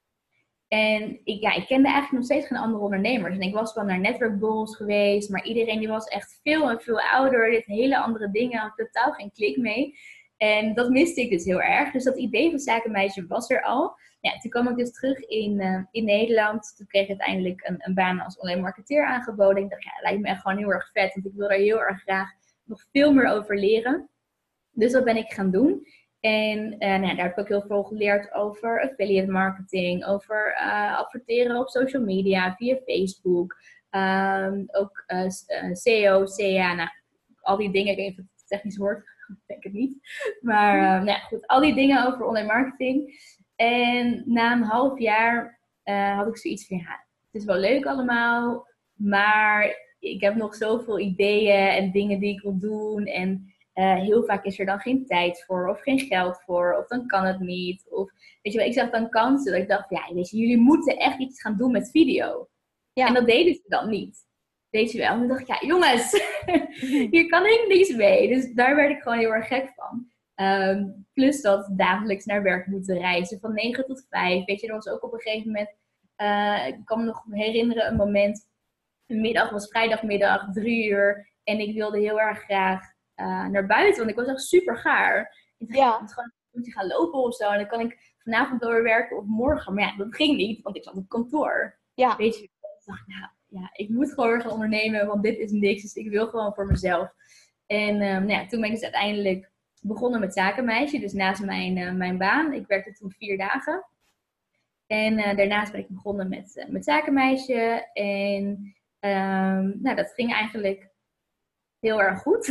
En ik kende eigenlijk nog steeds geen andere ondernemers. En ik was wel naar netwerkborrels geweest. Maar iedereen die was echt veel en veel ouder. Deed hele andere dingen. Had totaal geen klik mee. En dat miste ik dus heel erg. Dus dat idee van zakenmeisje was er al. Ja, toen kwam ik dus terug in Nederland. Toen kreeg ik uiteindelijk een baan als online marketeer aangeboden. Ik dacht, dat lijkt me echt gewoon heel erg vet. Want ik wil daar heel erg graag nog veel meer over leren. Dus dat ben ik gaan doen. En daar heb ik ook heel veel geleerd over affiliate marketing, over adverteren op social media, via Facebook, ook SEO, CA, al die dingen, ik weet niet of het technisch woord, ik denk het niet. Maar goed, al die dingen over online marketing. En na een half jaar had ik zoiets van, het is wel leuk allemaal, maar ik heb nog zoveel ideeën en dingen die ik wil doen en heel vaak is er dan geen tijd voor of geen geld voor of dan kan het niet. Of weet je wel, ik zag dan kansen dat ik dacht, weet je, jullie moeten echt iets gaan doen met video. Ja. En dat deden ze dan niet. Weet je wel. En dan dacht ik, jongens, hier kan ik niks mee. Dus daar werd ik gewoon heel erg gek van. Plus dat dagelijks naar werk moeten reizen van 9 tot 5. Weet je, er was ook op een gegeven moment, ik kan me nog herinneren, een moment, een middag was vrijdagmiddag, 3 uur. En ik wilde heel erg graag naar buiten, want ik was echt super gaar. Ik dacht, ik moet gewoon een beetje gaan lopen of zo. En dan kan ik vanavond doorwerken of morgen. Maar dat ging niet, want ik zat op kantoor. Ja. Weet je, ik dacht, ik moet gewoon weer gaan ondernemen, want dit is niks. Dus ik wil gewoon voor mezelf. En toen ben ik dus uiteindelijk begonnen met zakenmeisje. Dus naast mijn baan. Ik werkte toen 4 dagen. En daarnaast ben ik begonnen met zakenmeisje. En dat ging eigenlijk heel erg goed.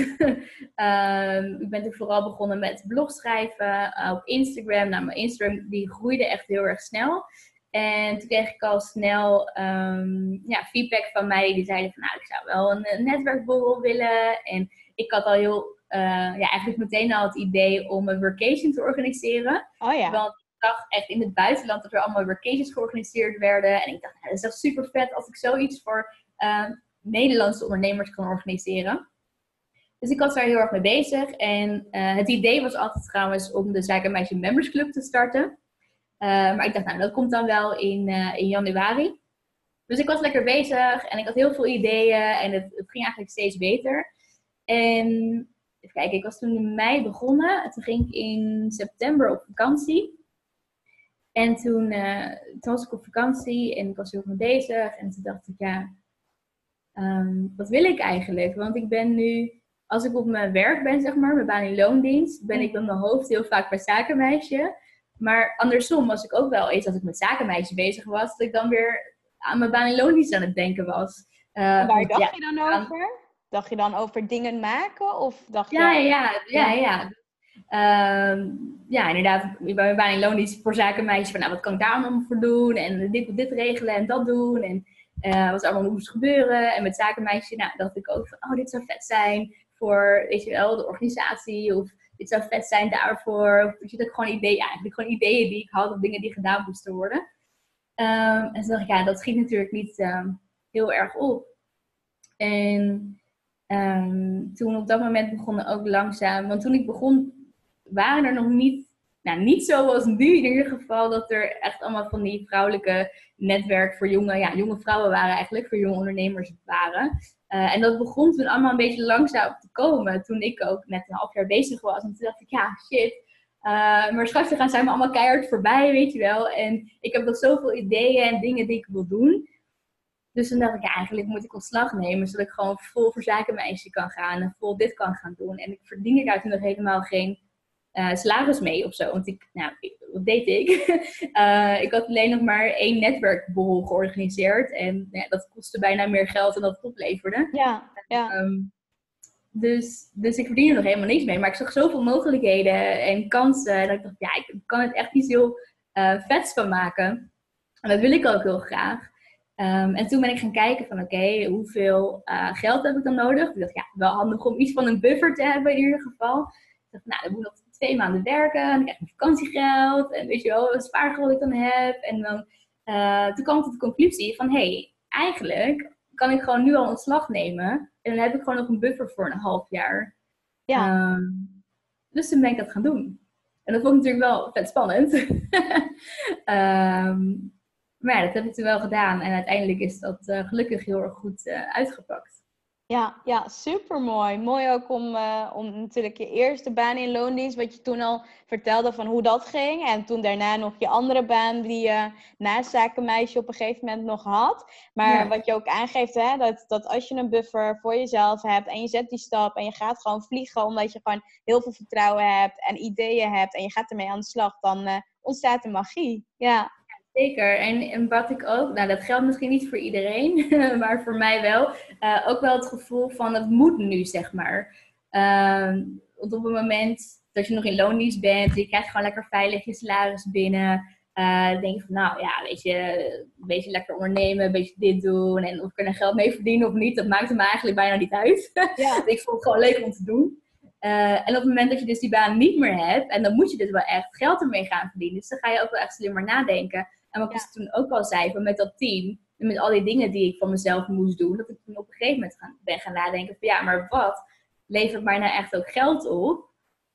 Ik ben toen vooral begonnen met blogschrijven op Instagram. Nou, mijn Instagram die groeide echt heel erg snel. En toen kreeg ik al snel feedback van mij. Die zeiden van, ik zou wel een netwerkborrel willen. En ik had al eigenlijk meteen al het idee om een workation te organiseren. Oh ja. Want ik zag echt in het buitenland dat er allemaal workations georganiseerd werden. En ik dacht, dat is echt super vet als ik zoiets voor Nederlandse ondernemers kan organiseren. Dus ik was daar heel erg mee bezig. En het idee was altijd trouwens om de Zakenmeisje Members Club te starten. Maar ik dacht, dat komt dan wel in januari. Dus ik was lekker bezig en ik had heel veel ideeën. En het ging eigenlijk steeds beter. En even kijken, ik was toen in mei begonnen. En toen ging ik in september op vakantie. En toen was ik op vakantie en ik was heel erg mee bezig. En toen dacht ik, wat wil ik eigenlijk? Want ik ben nu, als ik op mijn werk ben, zeg maar, mijn baan in loondienst, ben ik met mijn hoofd heel vaak bij zakenmeisje. Maar andersom was ik ook wel eens, als ik met zakenmeisje bezig was, dat ik dan weer aan mijn baan in loondienst aan het denken was. Waar dacht je dan over? Dacht je dan over dingen maken? Of dacht je... Ja. Inderdaad, bij mijn baan in loondienst voor zakenmeisjes van, nou, wat kan ik daar allemaal voor doen? En dit regelen en dat doen. En wat er allemaal moest gebeuren. En met zakenmeisje, nou, dacht ik ook van, dit zou vet zijn voor, weet je wel, de organisatie. Of dit zou vet zijn daarvoor. Of, weet je, dat ik gewoon ideeën die ik had of dingen die gedaan moesten worden. En toen dacht ik, dat schiet natuurlijk niet heel erg op. En toen op dat moment begonnen ook langzaam, want toen ik begon waren er nog niet zoals nu in ieder geval, dat er echt allemaal van die vrouwelijke netwerk voor jonge vrouwen waren eigenlijk, voor jonge ondernemers waren. En dat begon toen allemaal een beetje langzaam te komen, toen ik ook net een half jaar bezig was. En toen dacht ik, shit, maar straks zijn we allemaal keihard voorbij, weet je wel. En ik heb nog zoveel ideeën en dingen die ik wil doen. Dus toen dacht ik, eigenlijk moet ik ontslag nemen, zodat ik gewoon vol voor zakenmeisje kan gaan en vol dit kan gaan doen. En ik verdien daar toen nog helemaal geen salaris mee of zo. Want wat deed ik? Ik had alleen nog maar 1 netwerkborrel georganiseerd. En dat kostte bijna meer geld dan dat het opleverde. Ja. Dus ik verdiende nog helemaal niks mee. Maar ik zag zoveel mogelijkheden en kansen. Dat ik dacht, ik kan het echt iets heel vets van maken. En dat wil ik ook heel graag. En toen ben ik gaan kijken van hoeveel geld heb ik dan nodig? Ik dacht, wel handig om iets van een buffer te hebben in ieder geval. Ik dacht, dan moet ik nog 2 maanden werken. Dan krijg ik vakantiegeld. En weet je wel, het spaargeld dat ik dan heb. En dan, toen kwam ik tot de conclusie van, eigenlijk kan ik gewoon nu al ontslag nemen. En dan heb ik gewoon nog een buffer voor een half jaar. Ja. Dus toen ben ik dat gaan doen. En dat vond ik natuurlijk wel vet spannend. Maar dat heb ik toen wel gedaan. En uiteindelijk is dat gelukkig heel erg goed uitgepakt. Ja, supermooi. Mooi ook om natuurlijk je eerste baan in loondienst, wat je toen al vertelde van hoe dat ging. En toen daarna nog je andere baan die je naast zakenmeisje op een gegeven moment nog had. Maar wat je ook aangeeft, dat als je een buffer voor jezelf hebt en je zet die stap en je gaat gewoon vliegen omdat je gewoon heel veel vertrouwen hebt en ideeën hebt en je gaat ermee aan de slag, dan ontstaat de magie. Ja. Zeker. En wat ik ook, dat geldt misschien niet voor iedereen, maar voor mij wel. Ook wel het gevoel van het moet nu, zeg maar. Want op het moment dat je nog in loondienst bent, je krijgt gewoon lekker veilig je salaris binnen. Dan denk je van, weet je, een beetje lekker ondernemen, een beetje dit doen. En of ik er nou geld mee verdienen of niet, dat maakte me eigenlijk bijna niet uit. Ja. Ik vond het gewoon leuk om te doen. En op het moment dat je dus die baan niet meer hebt, en dan moet je dus wel echt geld ermee gaan verdienen. Dus dan ga je ook wel echt slimmer nadenken. En wat ik dus toen ook al zei, van met dat team, en met al die dingen die ik van mezelf moest doen, dat ik toen op een gegeven moment ben gaan nadenken van maar wat levert mij nou echt ook geld op?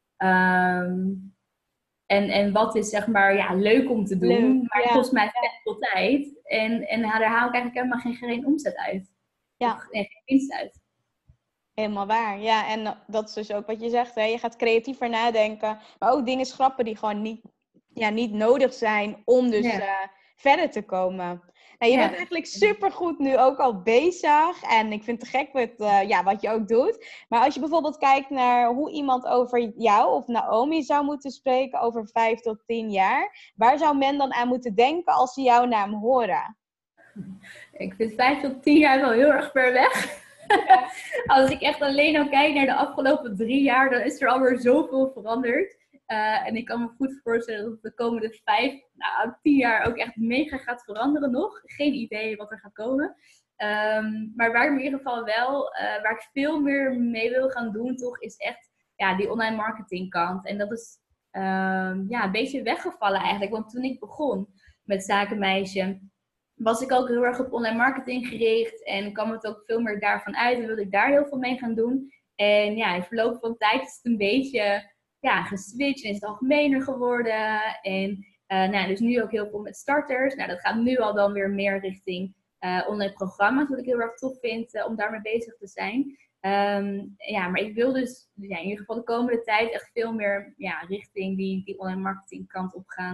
En wat is zeg maar leuk om te doen, maar het kost mij vet veel tijd. En daar haal ik eigenlijk helemaal geen omzet uit. Geen winst uit. Helemaal waar. Ja, en dat is dus ook wat je zegt. Hè? Je gaat creatiever nadenken. Maar ook dingen schrappen die gewoon niet nodig zijn om dus verder te komen. Nou, je bent eigenlijk supergoed nu ook al bezig. En ik vind het te gek wat je ook doet. Maar als je bijvoorbeeld kijkt naar hoe iemand over jou of Naomi zou moeten spreken over 5 tot 10 jaar. Waar zou men dan aan moeten denken als ze jouw naam horen? Ik vind 5 tot 10 jaar wel heel erg ver weg. Ja. Als ik echt alleen al kijk naar de afgelopen 3 jaar, dan is er alweer zoveel veranderd. En ik kan me goed voorstellen dat de komende 10 jaar ook echt mega gaat veranderen nog. Geen idee wat er gaat komen. Maar waar ik in ieder geval wel, waar ik veel meer mee wil gaan doen toch, is echt die online marketing kant. En dat is een beetje weggevallen eigenlijk. Want toen ik begon met Zakenmeisje, was ik ook heel erg op online marketing gericht. En kwam het ook veel meer daarvan uit. En wilde ik daar heel veel mee gaan doen. En in verloop van tijd is het een beetje geswitcht en is het algemener geworden. En dus nu ook heel veel met starters. Dat gaat nu al dan weer meer richting online programma's. Wat ik heel erg tof vind om daarmee bezig te zijn. Maar ik wil dus in ieder geval de komende tijd echt veel meer richting die online marketing kant op gaan.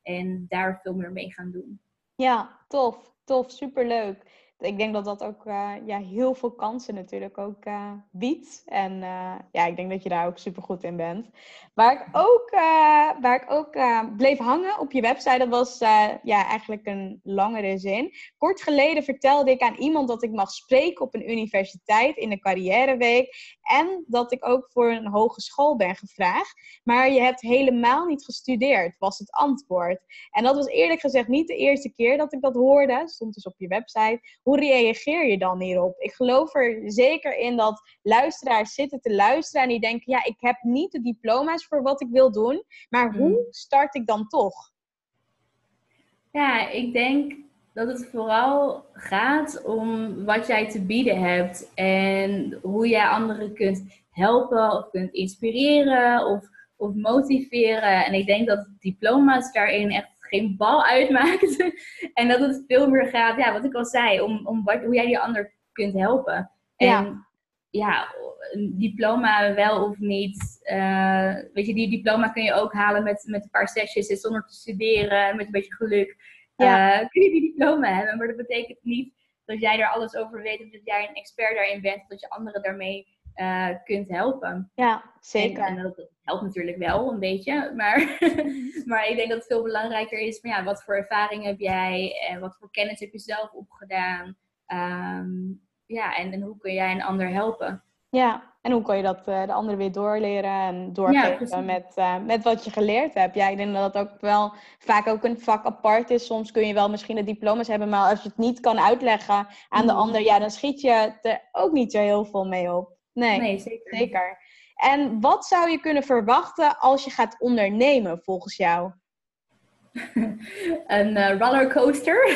En daar veel meer mee gaan doen. Ja, tof, superleuk. Ik denk dat dat ook heel veel kansen natuurlijk ook biedt. En ja, ik denk dat je daar ook super goed in bent. Waar ik ook bleef hangen op je website, dat was eigenlijk een langere zin. Kort geleden vertelde ik aan iemand dat ik mag spreken op een universiteit in de carrièreweek. En dat ik ook voor een hogeschool ben gevraagd. Maar je hebt helemaal niet gestudeerd, was het antwoord. En dat was eerlijk gezegd niet de eerste keer dat ik dat hoorde. Stond dus op je website. Hoe reageer je dan hierop? Ik geloof er zeker in dat luisteraars zitten te luisteren en die denken, ja, ik heb niet de diploma's voor wat ik wil doen, maar hoe start ik dan toch? Ja, ik denk dat het vooral gaat om wat jij te bieden hebt en hoe jij anderen kunt helpen of kunt inspireren of motiveren. En ik denk dat diploma's daarin echt geen bal uitmaakt. En dat het veel meer gaat, ja, wat ik al zei, om hoe jij die ander kunt helpen. En ja, een diploma wel of niet. Weet je, die diploma kun je ook halen met een paar sessies zonder te studeren, met een beetje geluk. Kun je die diploma hebben, maar dat betekent niet dat jij er alles over weet of dat jij een expert daarin bent, dat je anderen daarmee kunt helpen. Ja, zeker. En dat helpt natuurlijk wel een beetje, maar ik denk dat het veel belangrijker is van, ja, wat voor ervaring heb jij en wat voor kennis heb je zelf opgedaan. En hoe kun jij een ander helpen? Ja, en hoe kan je dat de ander weer doorleren en doorgeven met wat je geleerd hebt? Ja, ik denk dat dat ook wel vaak ook een vak apart is. Soms kun je wel misschien de diploma's hebben, maar als je het niet kan uitleggen aan de ander, ja, dan schiet je er ook niet zo heel veel mee op. Nee, zeker. En wat zou je kunnen verwachten als je gaat ondernemen, volgens jou? Een rollercoaster.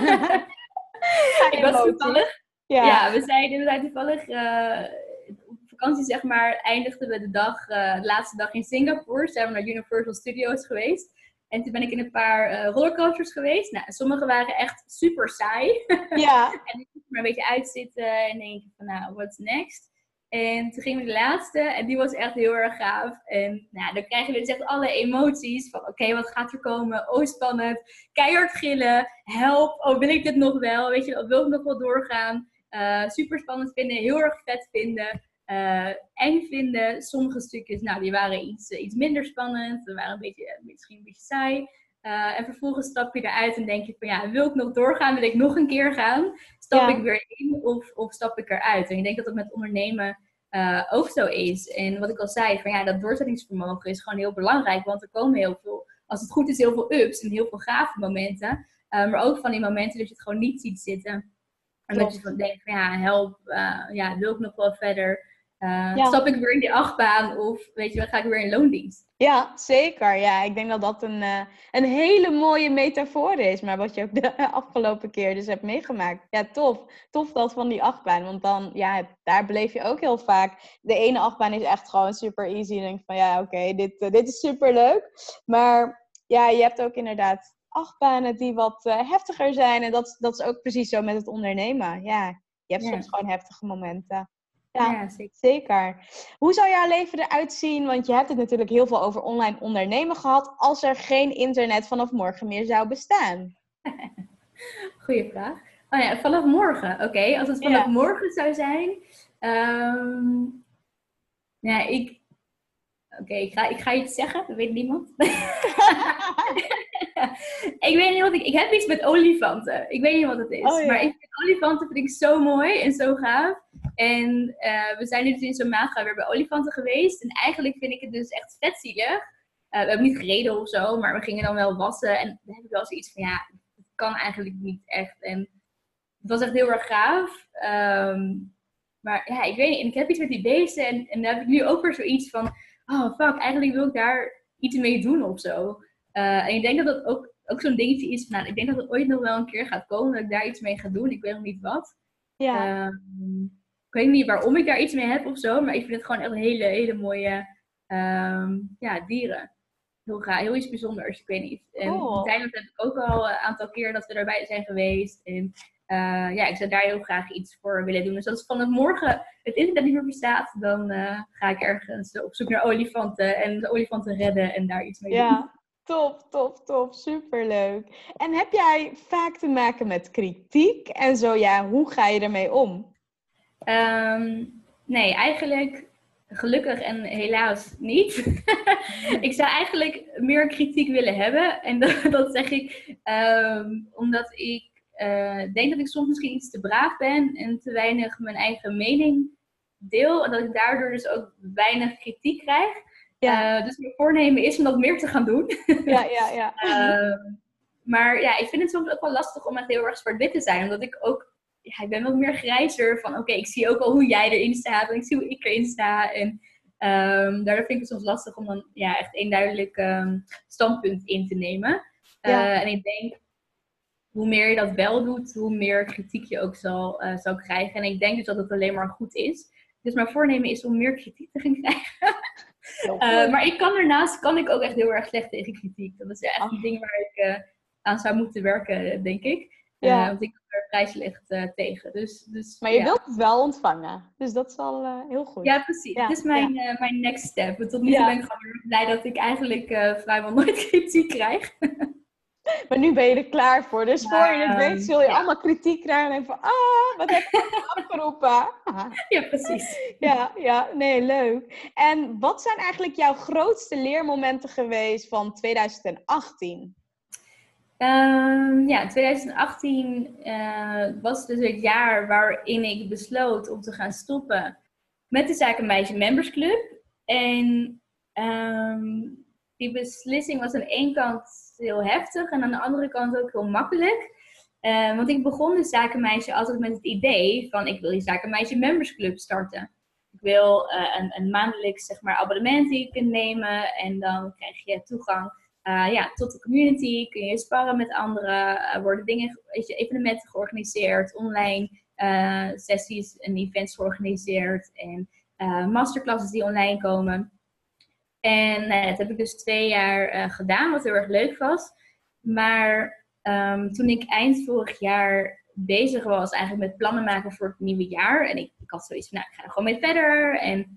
Ik was toevallig. Ja, we zijn toevallig op vakantie, zeg maar, eindigden we de laatste dag in Singapore. Zijn we naar Universal Studios geweest. En toen ben ik in een paar rollercoasters geweest. Nou, sommige waren echt super saai. Ja. En ik moest er maar een beetje uitzitten en denk van, nou, what's next? En toen gingen we de laatste en die was echt heel erg gaaf. En nou, dan krijg je dus echt alle emoties van, oké, wat gaat er komen? Oh, spannend. Keihard gillen. Help. Oh, wil ik dit nog wel? Weet je, wil ik nog wel doorgaan? Super spannend vinden. Heel erg vet vinden. Eng vinden. Sommige stukjes, nou, die waren iets minder spannend. Die waren misschien een beetje saai. En vervolgens stap je eruit en denk je van, ja, wil ik nog doorgaan? Wil ik nog een keer gaan? Stap ik weer in of stap ik eruit? En ik denk dat dat met ondernemen ook zo is. En wat ik al zei, van ja, dat doorzettingsvermogen is gewoon heel belangrijk. Want er komen heel veel, als het goed is, heel veel ups en heel veel gave momenten. Maar ook van die momenten dat je het gewoon niet ziet zitten. En dat je van denkt van, ja, help, wil ik nog wel verder? Stap ik weer in die achtbaan of weet je, dan ga ik weer in loondienst. Ja, zeker. Ja, ik denk dat dat een hele mooie metafoor is. Maar wat je ook de afgelopen keer dus hebt meegemaakt. Ja, tof. Tof dat van die achtbaan. Want dan, ja, daar beleef je ook heel vaak. De ene achtbaan is echt gewoon super easy. En denk je van, ja, oké, dit is super leuk. Maar ja, je hebt ook inderdaad achtbanen die wat heftiger zijn. En dat is ook precies zo met het ondernemen. Ja, je hebt soms gewoon heftige momenten. Ja, zeker. Hoe zou jouw leven eruit zien? Want je hebt het natuurlijk heel veel over online ondernemen gehad. Als er geen internet vanaf morgen meer zou bestaan. Goeie vraag. Oh ja, vanaf morgen. Oké, als het vanaf morgen zou zijn. Ik ga iets zeggen. Dat weet niemand. Ik weet niet wat ik heb iets met olifanten. Ik weet niet wat het is. Oh, ja. Maar ik vind olifanten vind ik zo mooi en zo gaaf. En we zijn nu dus in zo'n maand weer bij olifanten geweest. En eigenlijk vind ik het dus echt vet zielig. We hebben niet gereden of zo, maar we gingen dan wel wassen. En dan heb ik wel zoiets van, ja, het kan eigenlijk niet echt. En het was echt heel erg gaaf. Maar ja, ik weet niet. En ik heb iets met die beesten. En dan heb ik nu ook weer zoiets van, oh fuck, eigenlijk wil ik daar iets mee doen of zo. En ik denk dat dat ook zo'n dingetje is van, nou, ik denk dat het ooit nog wel een keer gaat komen dat ik daar iets mee ga doen. Ik weet nog niet wat. Ja. Ik weet niet waarom ik daar iets mee heb of zo, maar ik vind het gewoon echt hele, hele mooie dieren. Heel gaaf, heel iets bijzonders, ik weet niet. En in Thailand heb ik ook al een aantal keer dat we daarbij zijn geweest. En ik zou daar heel graag iets voor willen doen. Dus als vanaf morgen het internet niet meer bestaat, dan ga ik ergens op zoek naar olifanten en de olifanten redden en daar iets mee doen. Top, top, top. Superleuk. En heb jij vaak te maken met kritiek? En zo ja, hoe ga je ermee om? Nee, eigenlijk gelukkig en helaas niet. Ik zou eigenlijk meer kritiek willen hebben. En dat zeg ik omdat ik denk dat ik soms misschien iets te braaf ben en te weinig mijn eigen mening deel. En dat ik daardoor dus ook weinig kritiek krijg. Ja. Dus mijn voornemen is om dat meer te gaan doen. Ja. Maar ja, ik vind het soms ook wel lastig om echt heel erg zwart-wit te zijn. Omdat ik ook, ja, ik ben wat meer grijzer van oké, ik zie ook wel hoe jij erin staat. En ik zie hoe ik erin sta. En daardoor vind ik het soms lastig om dan ja, echt een duidelijk standpunt in te nemen. En ik denk, hoe meer je dat wel doet, hoe meer kritiek je ook zal krijgen. En ik denk dus dat het alleen maar goed is. Dus mijn voornemen is om meer kritiek te gaan krijgen. Maar daarnaast kan ik ook echt heel erg slecht tegen kritiek. Dat is echt een ding waar ik aan zou moeten werken, denk ik. Want ik kan er vrij slecht tegen. Dus, maar je wilt het wel ontvangen. Dus dat is al heel goed. Ja, precies. Het is mijn next step. Tot nu toe ben ik gewoon blij dat ik eigenlijk vrijwel nooit kritiek krijg. Maar nu ben je er klaar voor. Dus voor je het weet zul je allemaal kritiek krijgen. En van, wat heb ik afgeroepen? Ja, precies. Ja, nee, leuk. En wat zijn eigenlijk jouw grootste leermomenten geweest van 2018? 2018 was dus het jaar waarin ik besloot om te gaan stoppen met de Zakenmeisje Members Club. En die beslissing was aan één kant heel heftig en aan de andere kant ook heel makkelijk. Want ik begon de Zakenmeisje altijd met het idee van ik wil die Zakenmeisje Members Club starten. Ik wil een maandelijks zeg maar, abonnement die je kunt nemen en dan krijg je toegang tot de community. Kun je sparren met anderen, worden evenementen georganiseerd, online sessies en events georganiseerd en masterclasses die online komen. En dat heb ik dus 2 jaar gedaan, wat heel erg leuk was. Maar toen ik eind vorig jaar bezig was eigenlijk met plannen maken voor het nieuwe jaar. En ik had zoiets van, ik ga er gewoon mee verder. En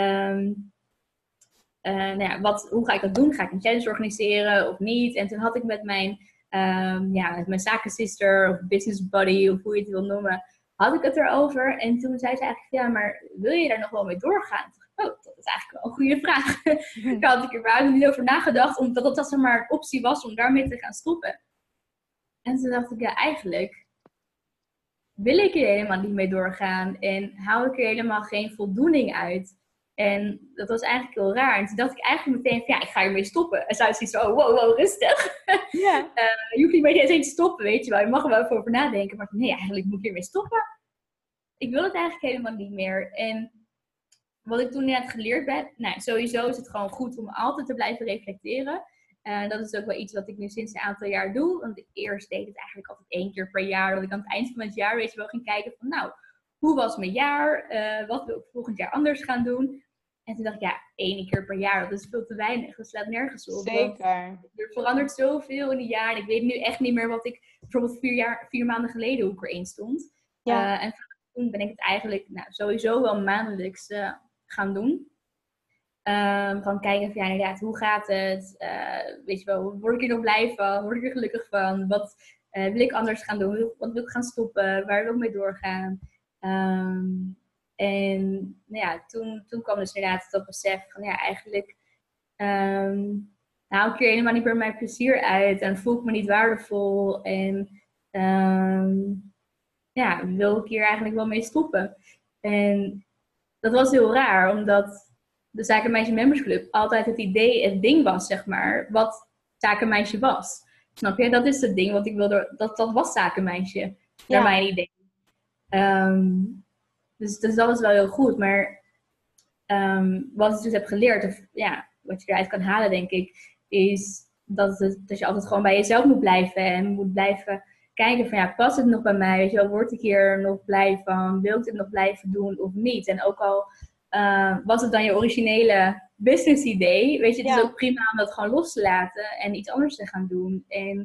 hoe ga ik dat doen? Ga ik een challenge organiseren of niet? En toen had ik met mijn zakensister of business buddy, of hoe je het wil noemen, had ik het erover. En toen zei ze eigenlijk, maar wil je daar nog wel mee doorgaan? Dat is eigenlijk wel een goede vraag. Daar had ik er überhaupt niet over nagedacht, omdat dat zeg maar een optie was om daarmee te gaan stoppen. En toen dacht ik, eigenlijk wil ik er helemaal niet mee doorgaan en haal ik er helemaal geen voldoening uit. En dat was eigenlijk heel raar. En toen dacht ik eigenlijk meteen van, ik ga ermee stoppen. En zij zei zo, wow, rustig. Yeah. Je hoeft niet meteen te stoppen, weet je wel. Je mag er wel even over nadenken. Maar nee, eigenlijk moet ik ermee stoppen. Ik wil het eigenlijk helemaal niet meer. En wat ik toen net geleerd ben, sowieso is het gewoon goed om altijd te blijven reflecteren. Dat is ook wel iets wat ik nu sinds een aantal jaar doe. Want eerst deed het eigenlijk altijd 1 keer per jaar. Dat ik aan het eind van het jaar, weet je wel, ging kijken van, hoe was mijn jaar? Wat wil ik volgend jaar anders gaan doen? En toen dacht ik, 1 keer per jaar, dat is veel te weinig. Dat slaat nergens op. Zeker. Er verandert zoveel in een jaar. En ik weet nu echt niet meer wat ik bijvoorbeeld 4 maanden geleden hoe ik erin stond. Ja. En toen ben ik het eigenlijk sowieso wel maandelijks gaan doen. Gewoon kijken van, inderdaad, hoe gaat het? Weet je wel, word ik hier nog blij van? Word ik er gelukkig van? Wat wil ik anders gaan doen? Wat wil ik gaan stoppen? Waar wil ik mee doorgaan? Toen kwam dus inderdaad dat besef van, eigenlijk haal ik hier helemaal niet meer mijn plezier uit en voel ik me niet waardevol en wil ik hier eigenlijk wel mee stoppen. En dat was heel raar, omdat de Zakenmeisje Members Club altijd het ding was, zeg maar, wat Zakenmeisje was. Snap je? Dat is het ding wat ik wilde, dat was Zakenmeisje, naar mijn idee. Dus dat is wel heel goed, maar wat ik dus heb geleerd, of wat je eruit kan halen, denk ik, is dat je altijd gewoon bij jezelf moet blijven en moet blijven kijken van, past het nog bij mij? Weet je wel, word ik hier nog blij van? Wil ik dit nog blijven doen of niet? En ook al was het dan je originele business idee, weet je, het is ook prima om dat gewoon los te laten en iets anders te gaan doen. En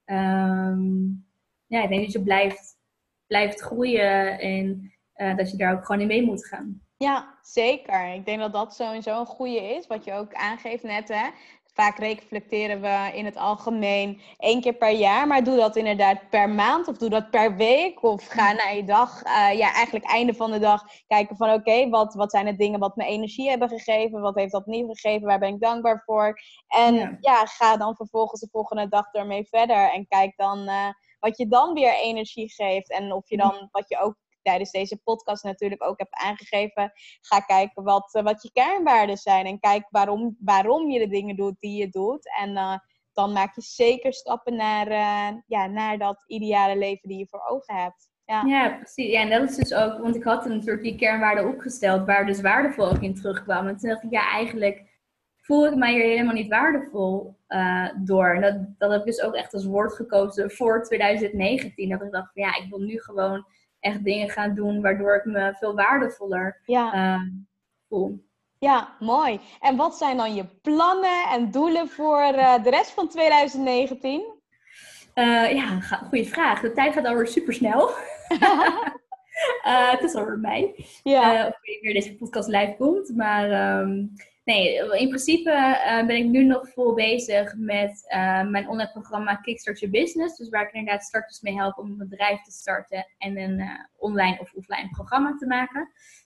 ik denk dat je blijft groeien en dat je daar ook gewoon in mee moet gaan. Ja, zeker. Ik denk dat dat sowieso een goede is. Wat je ook aangeeft net, hè. vaak reflecteren we in het algemeen 1 keer per jaar. Maar doe dat inderdaad per maand of doe dat per week. Of ga naar je dag, eigenlijk einde van de dag kijken van oké, wat zijn de dingen wat me energie hebben gegeven? Wat heeft dat niet gegeven? Waar ben ik dankbaar voor? En ga dan vervolgens de volgende dag ermee verder. En kijk dan wat je dan weer energie geeft. En of je dan, wat je ook tijdens deze podcast natuurlijk ook hebt aangegeven, ga kijken wat je kernwaarden zijn. En kijk waarom je de dingen doet die je doet. En dan maak je zeker stappen naar dat ideale leven die je voor ogen hebt. Ja, precies. Ja, en dat is dus ook, want ik had natuurlijk die kernwaarden opgesteld, waar dus waardevol ook in terugkwam. En toen dacht ik, eigenlijk voel ik mij hier helemaal niet waardevol door. En dat heb ik dus ook echt als woord gekozen voor 2019. Dat ik dacht van ik wil nu gewoon echt dingen gaan doen waardoor ik me veel waardevoller voel. Ja, mooi. En wat zijn dan je plannen en doelen voor de rest van 2019? Goeie vraag. De tijd gaat alweer super snel. Het is alweer mei. Ja. Of wanneer deze podcast live komt. Maar in principe ben ik nu nog vol bezig met mijn online programma Kickstart Your Business. Dus waar ik inderdaad starters mee help om een bedrijf te starten en een online of offline programma te maken.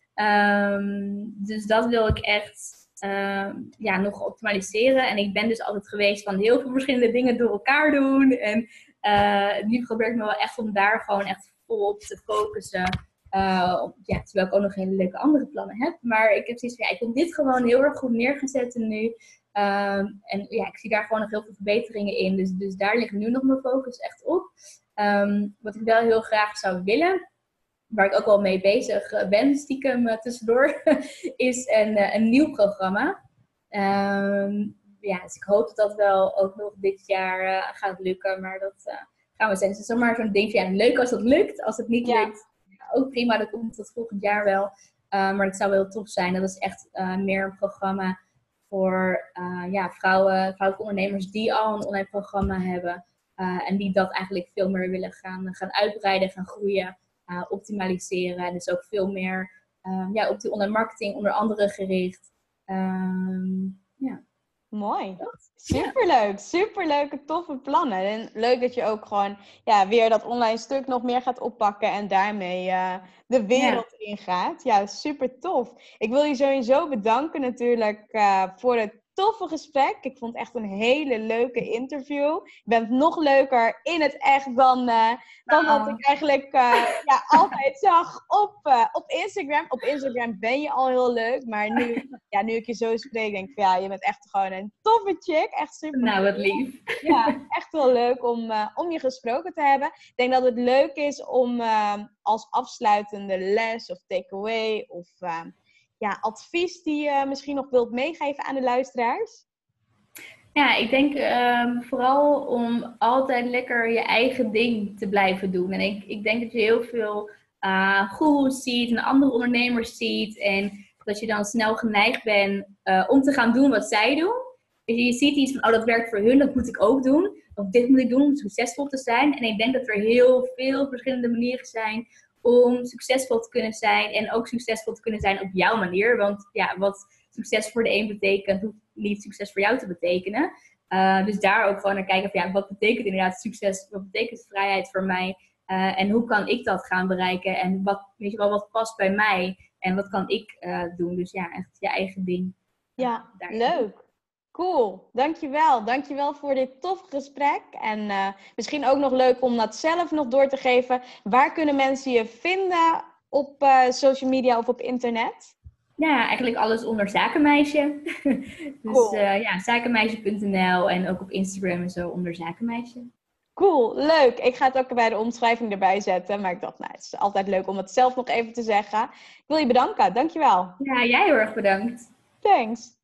Dus dat wil ik echt nog optimaliseren. En ik ben dus altijd geweest van heel veel verschillende dingen door elkaar doen. En nu probeer ik me wel echt om daar gewoon echt volop te focussen. Terwijl ik ook nog hele leuke andere plannen heb. Maar ik heb zoiets van, ik wil dit gewoon heel erg goed neergezet nu. Ik zie daar gewoon nog heel veel verbeteringen in. Dus daar ligt nu nog mijn focus echt op. Wat ik wel heel graag zou willen, waar ik ook wel mee bezig ben, stiekem tussendoor, is een nieuw programma. Dus ik hoop dat dat wel ook nog dit jaar gaat lukken. Maar dat gaan we zien. Dus zomaar zo'n ding van, leuk als dat lukt. Als het niet lukt, ook prima. Dat komt tot volgend jaar wel. Maar dat zou wel tof zijn. Dat is echt meer een programma voor vrouwelijke ondernemers die al een online programma hebben. En die dat eigenlijk veel meer willen gaan uitbreiden, gaan groeien, optimaliseren. En dus ook veel meer op die online marketing onder andere gericht. Mooi. Superleuk. Superleuke, toffe plannen. En leuk dat je ook gewoon weer dat online stuk nog meer gaat oppakken en daarmee de wereld ingaat. Ja, super tof. Ik wil je sowieso bedanken natuurlijk voor het toffe gesprek. Ik vond het echt een hele leuke interview. Je bent nog leuker in het echt dan wat ik eigenlijk altijd zag op Instagram. Op Instagram ben je al heel leuk, maar nu ik je zo spreek, denk ik je bent echt gewoon een toffe chick. Echt super. Nou, wat lief. Ja, echt wel leuk om je gesproken te hebben. Ik denk dat het leuk is om als afsluitende les of takeaway of advies die je misschien nog wilt meegeven aan de luisteraars? Ja, ik denk vooral om altijd lekker je eigen ding te blijven doen. En ik denk dat je heel veel goeroes ziet en andere ondernemers ziet. En dat je dan snel geneigd bent om te gaan doen wat zij doen. Dus je ziet iets van, dat werkt voor hun, dat moet ik ook doen. Of dit moet ik doen om succesvol te zijn. En ik denk dat er heel veel verschillende manieren zijn om succesvol te kunnen zijn en ook succesvol te kunnen zijn op jouw manier. Want wat succes voor de een betekent, hoeft niet succes voor jou te betekenen. Dus daar ook gewoon naar kijken van wat betekent inderdaad succes, wat betekent vrijheid voor mij en hoe kan ik dat gaan bereiken en wat past bij mij en wat kan ik doen. Dus echt je eigen ding. Ja, leuk. Cool, dankjewel. Dankjewel voor dit toffe gesprek. En misschien ook nog leuk om dat zelf nog door te geven. Waar kunnen mensen je vinden op social media of op internet? Ja, eigenlijk alles onder Zakenmeisje. Dus cool. Zakenmeisje.nl en ook op Instagram en zo onder Zakenmeisje. Cool, leuk. Ik ga het ook bij de omschrijving erbij zetten. Maar ik dacht, het is altijd leuk om het zelf nog even te zeggen. Ik wil je bedanken, dankjewel. Ja, jij heel erg bedankt. Thanks.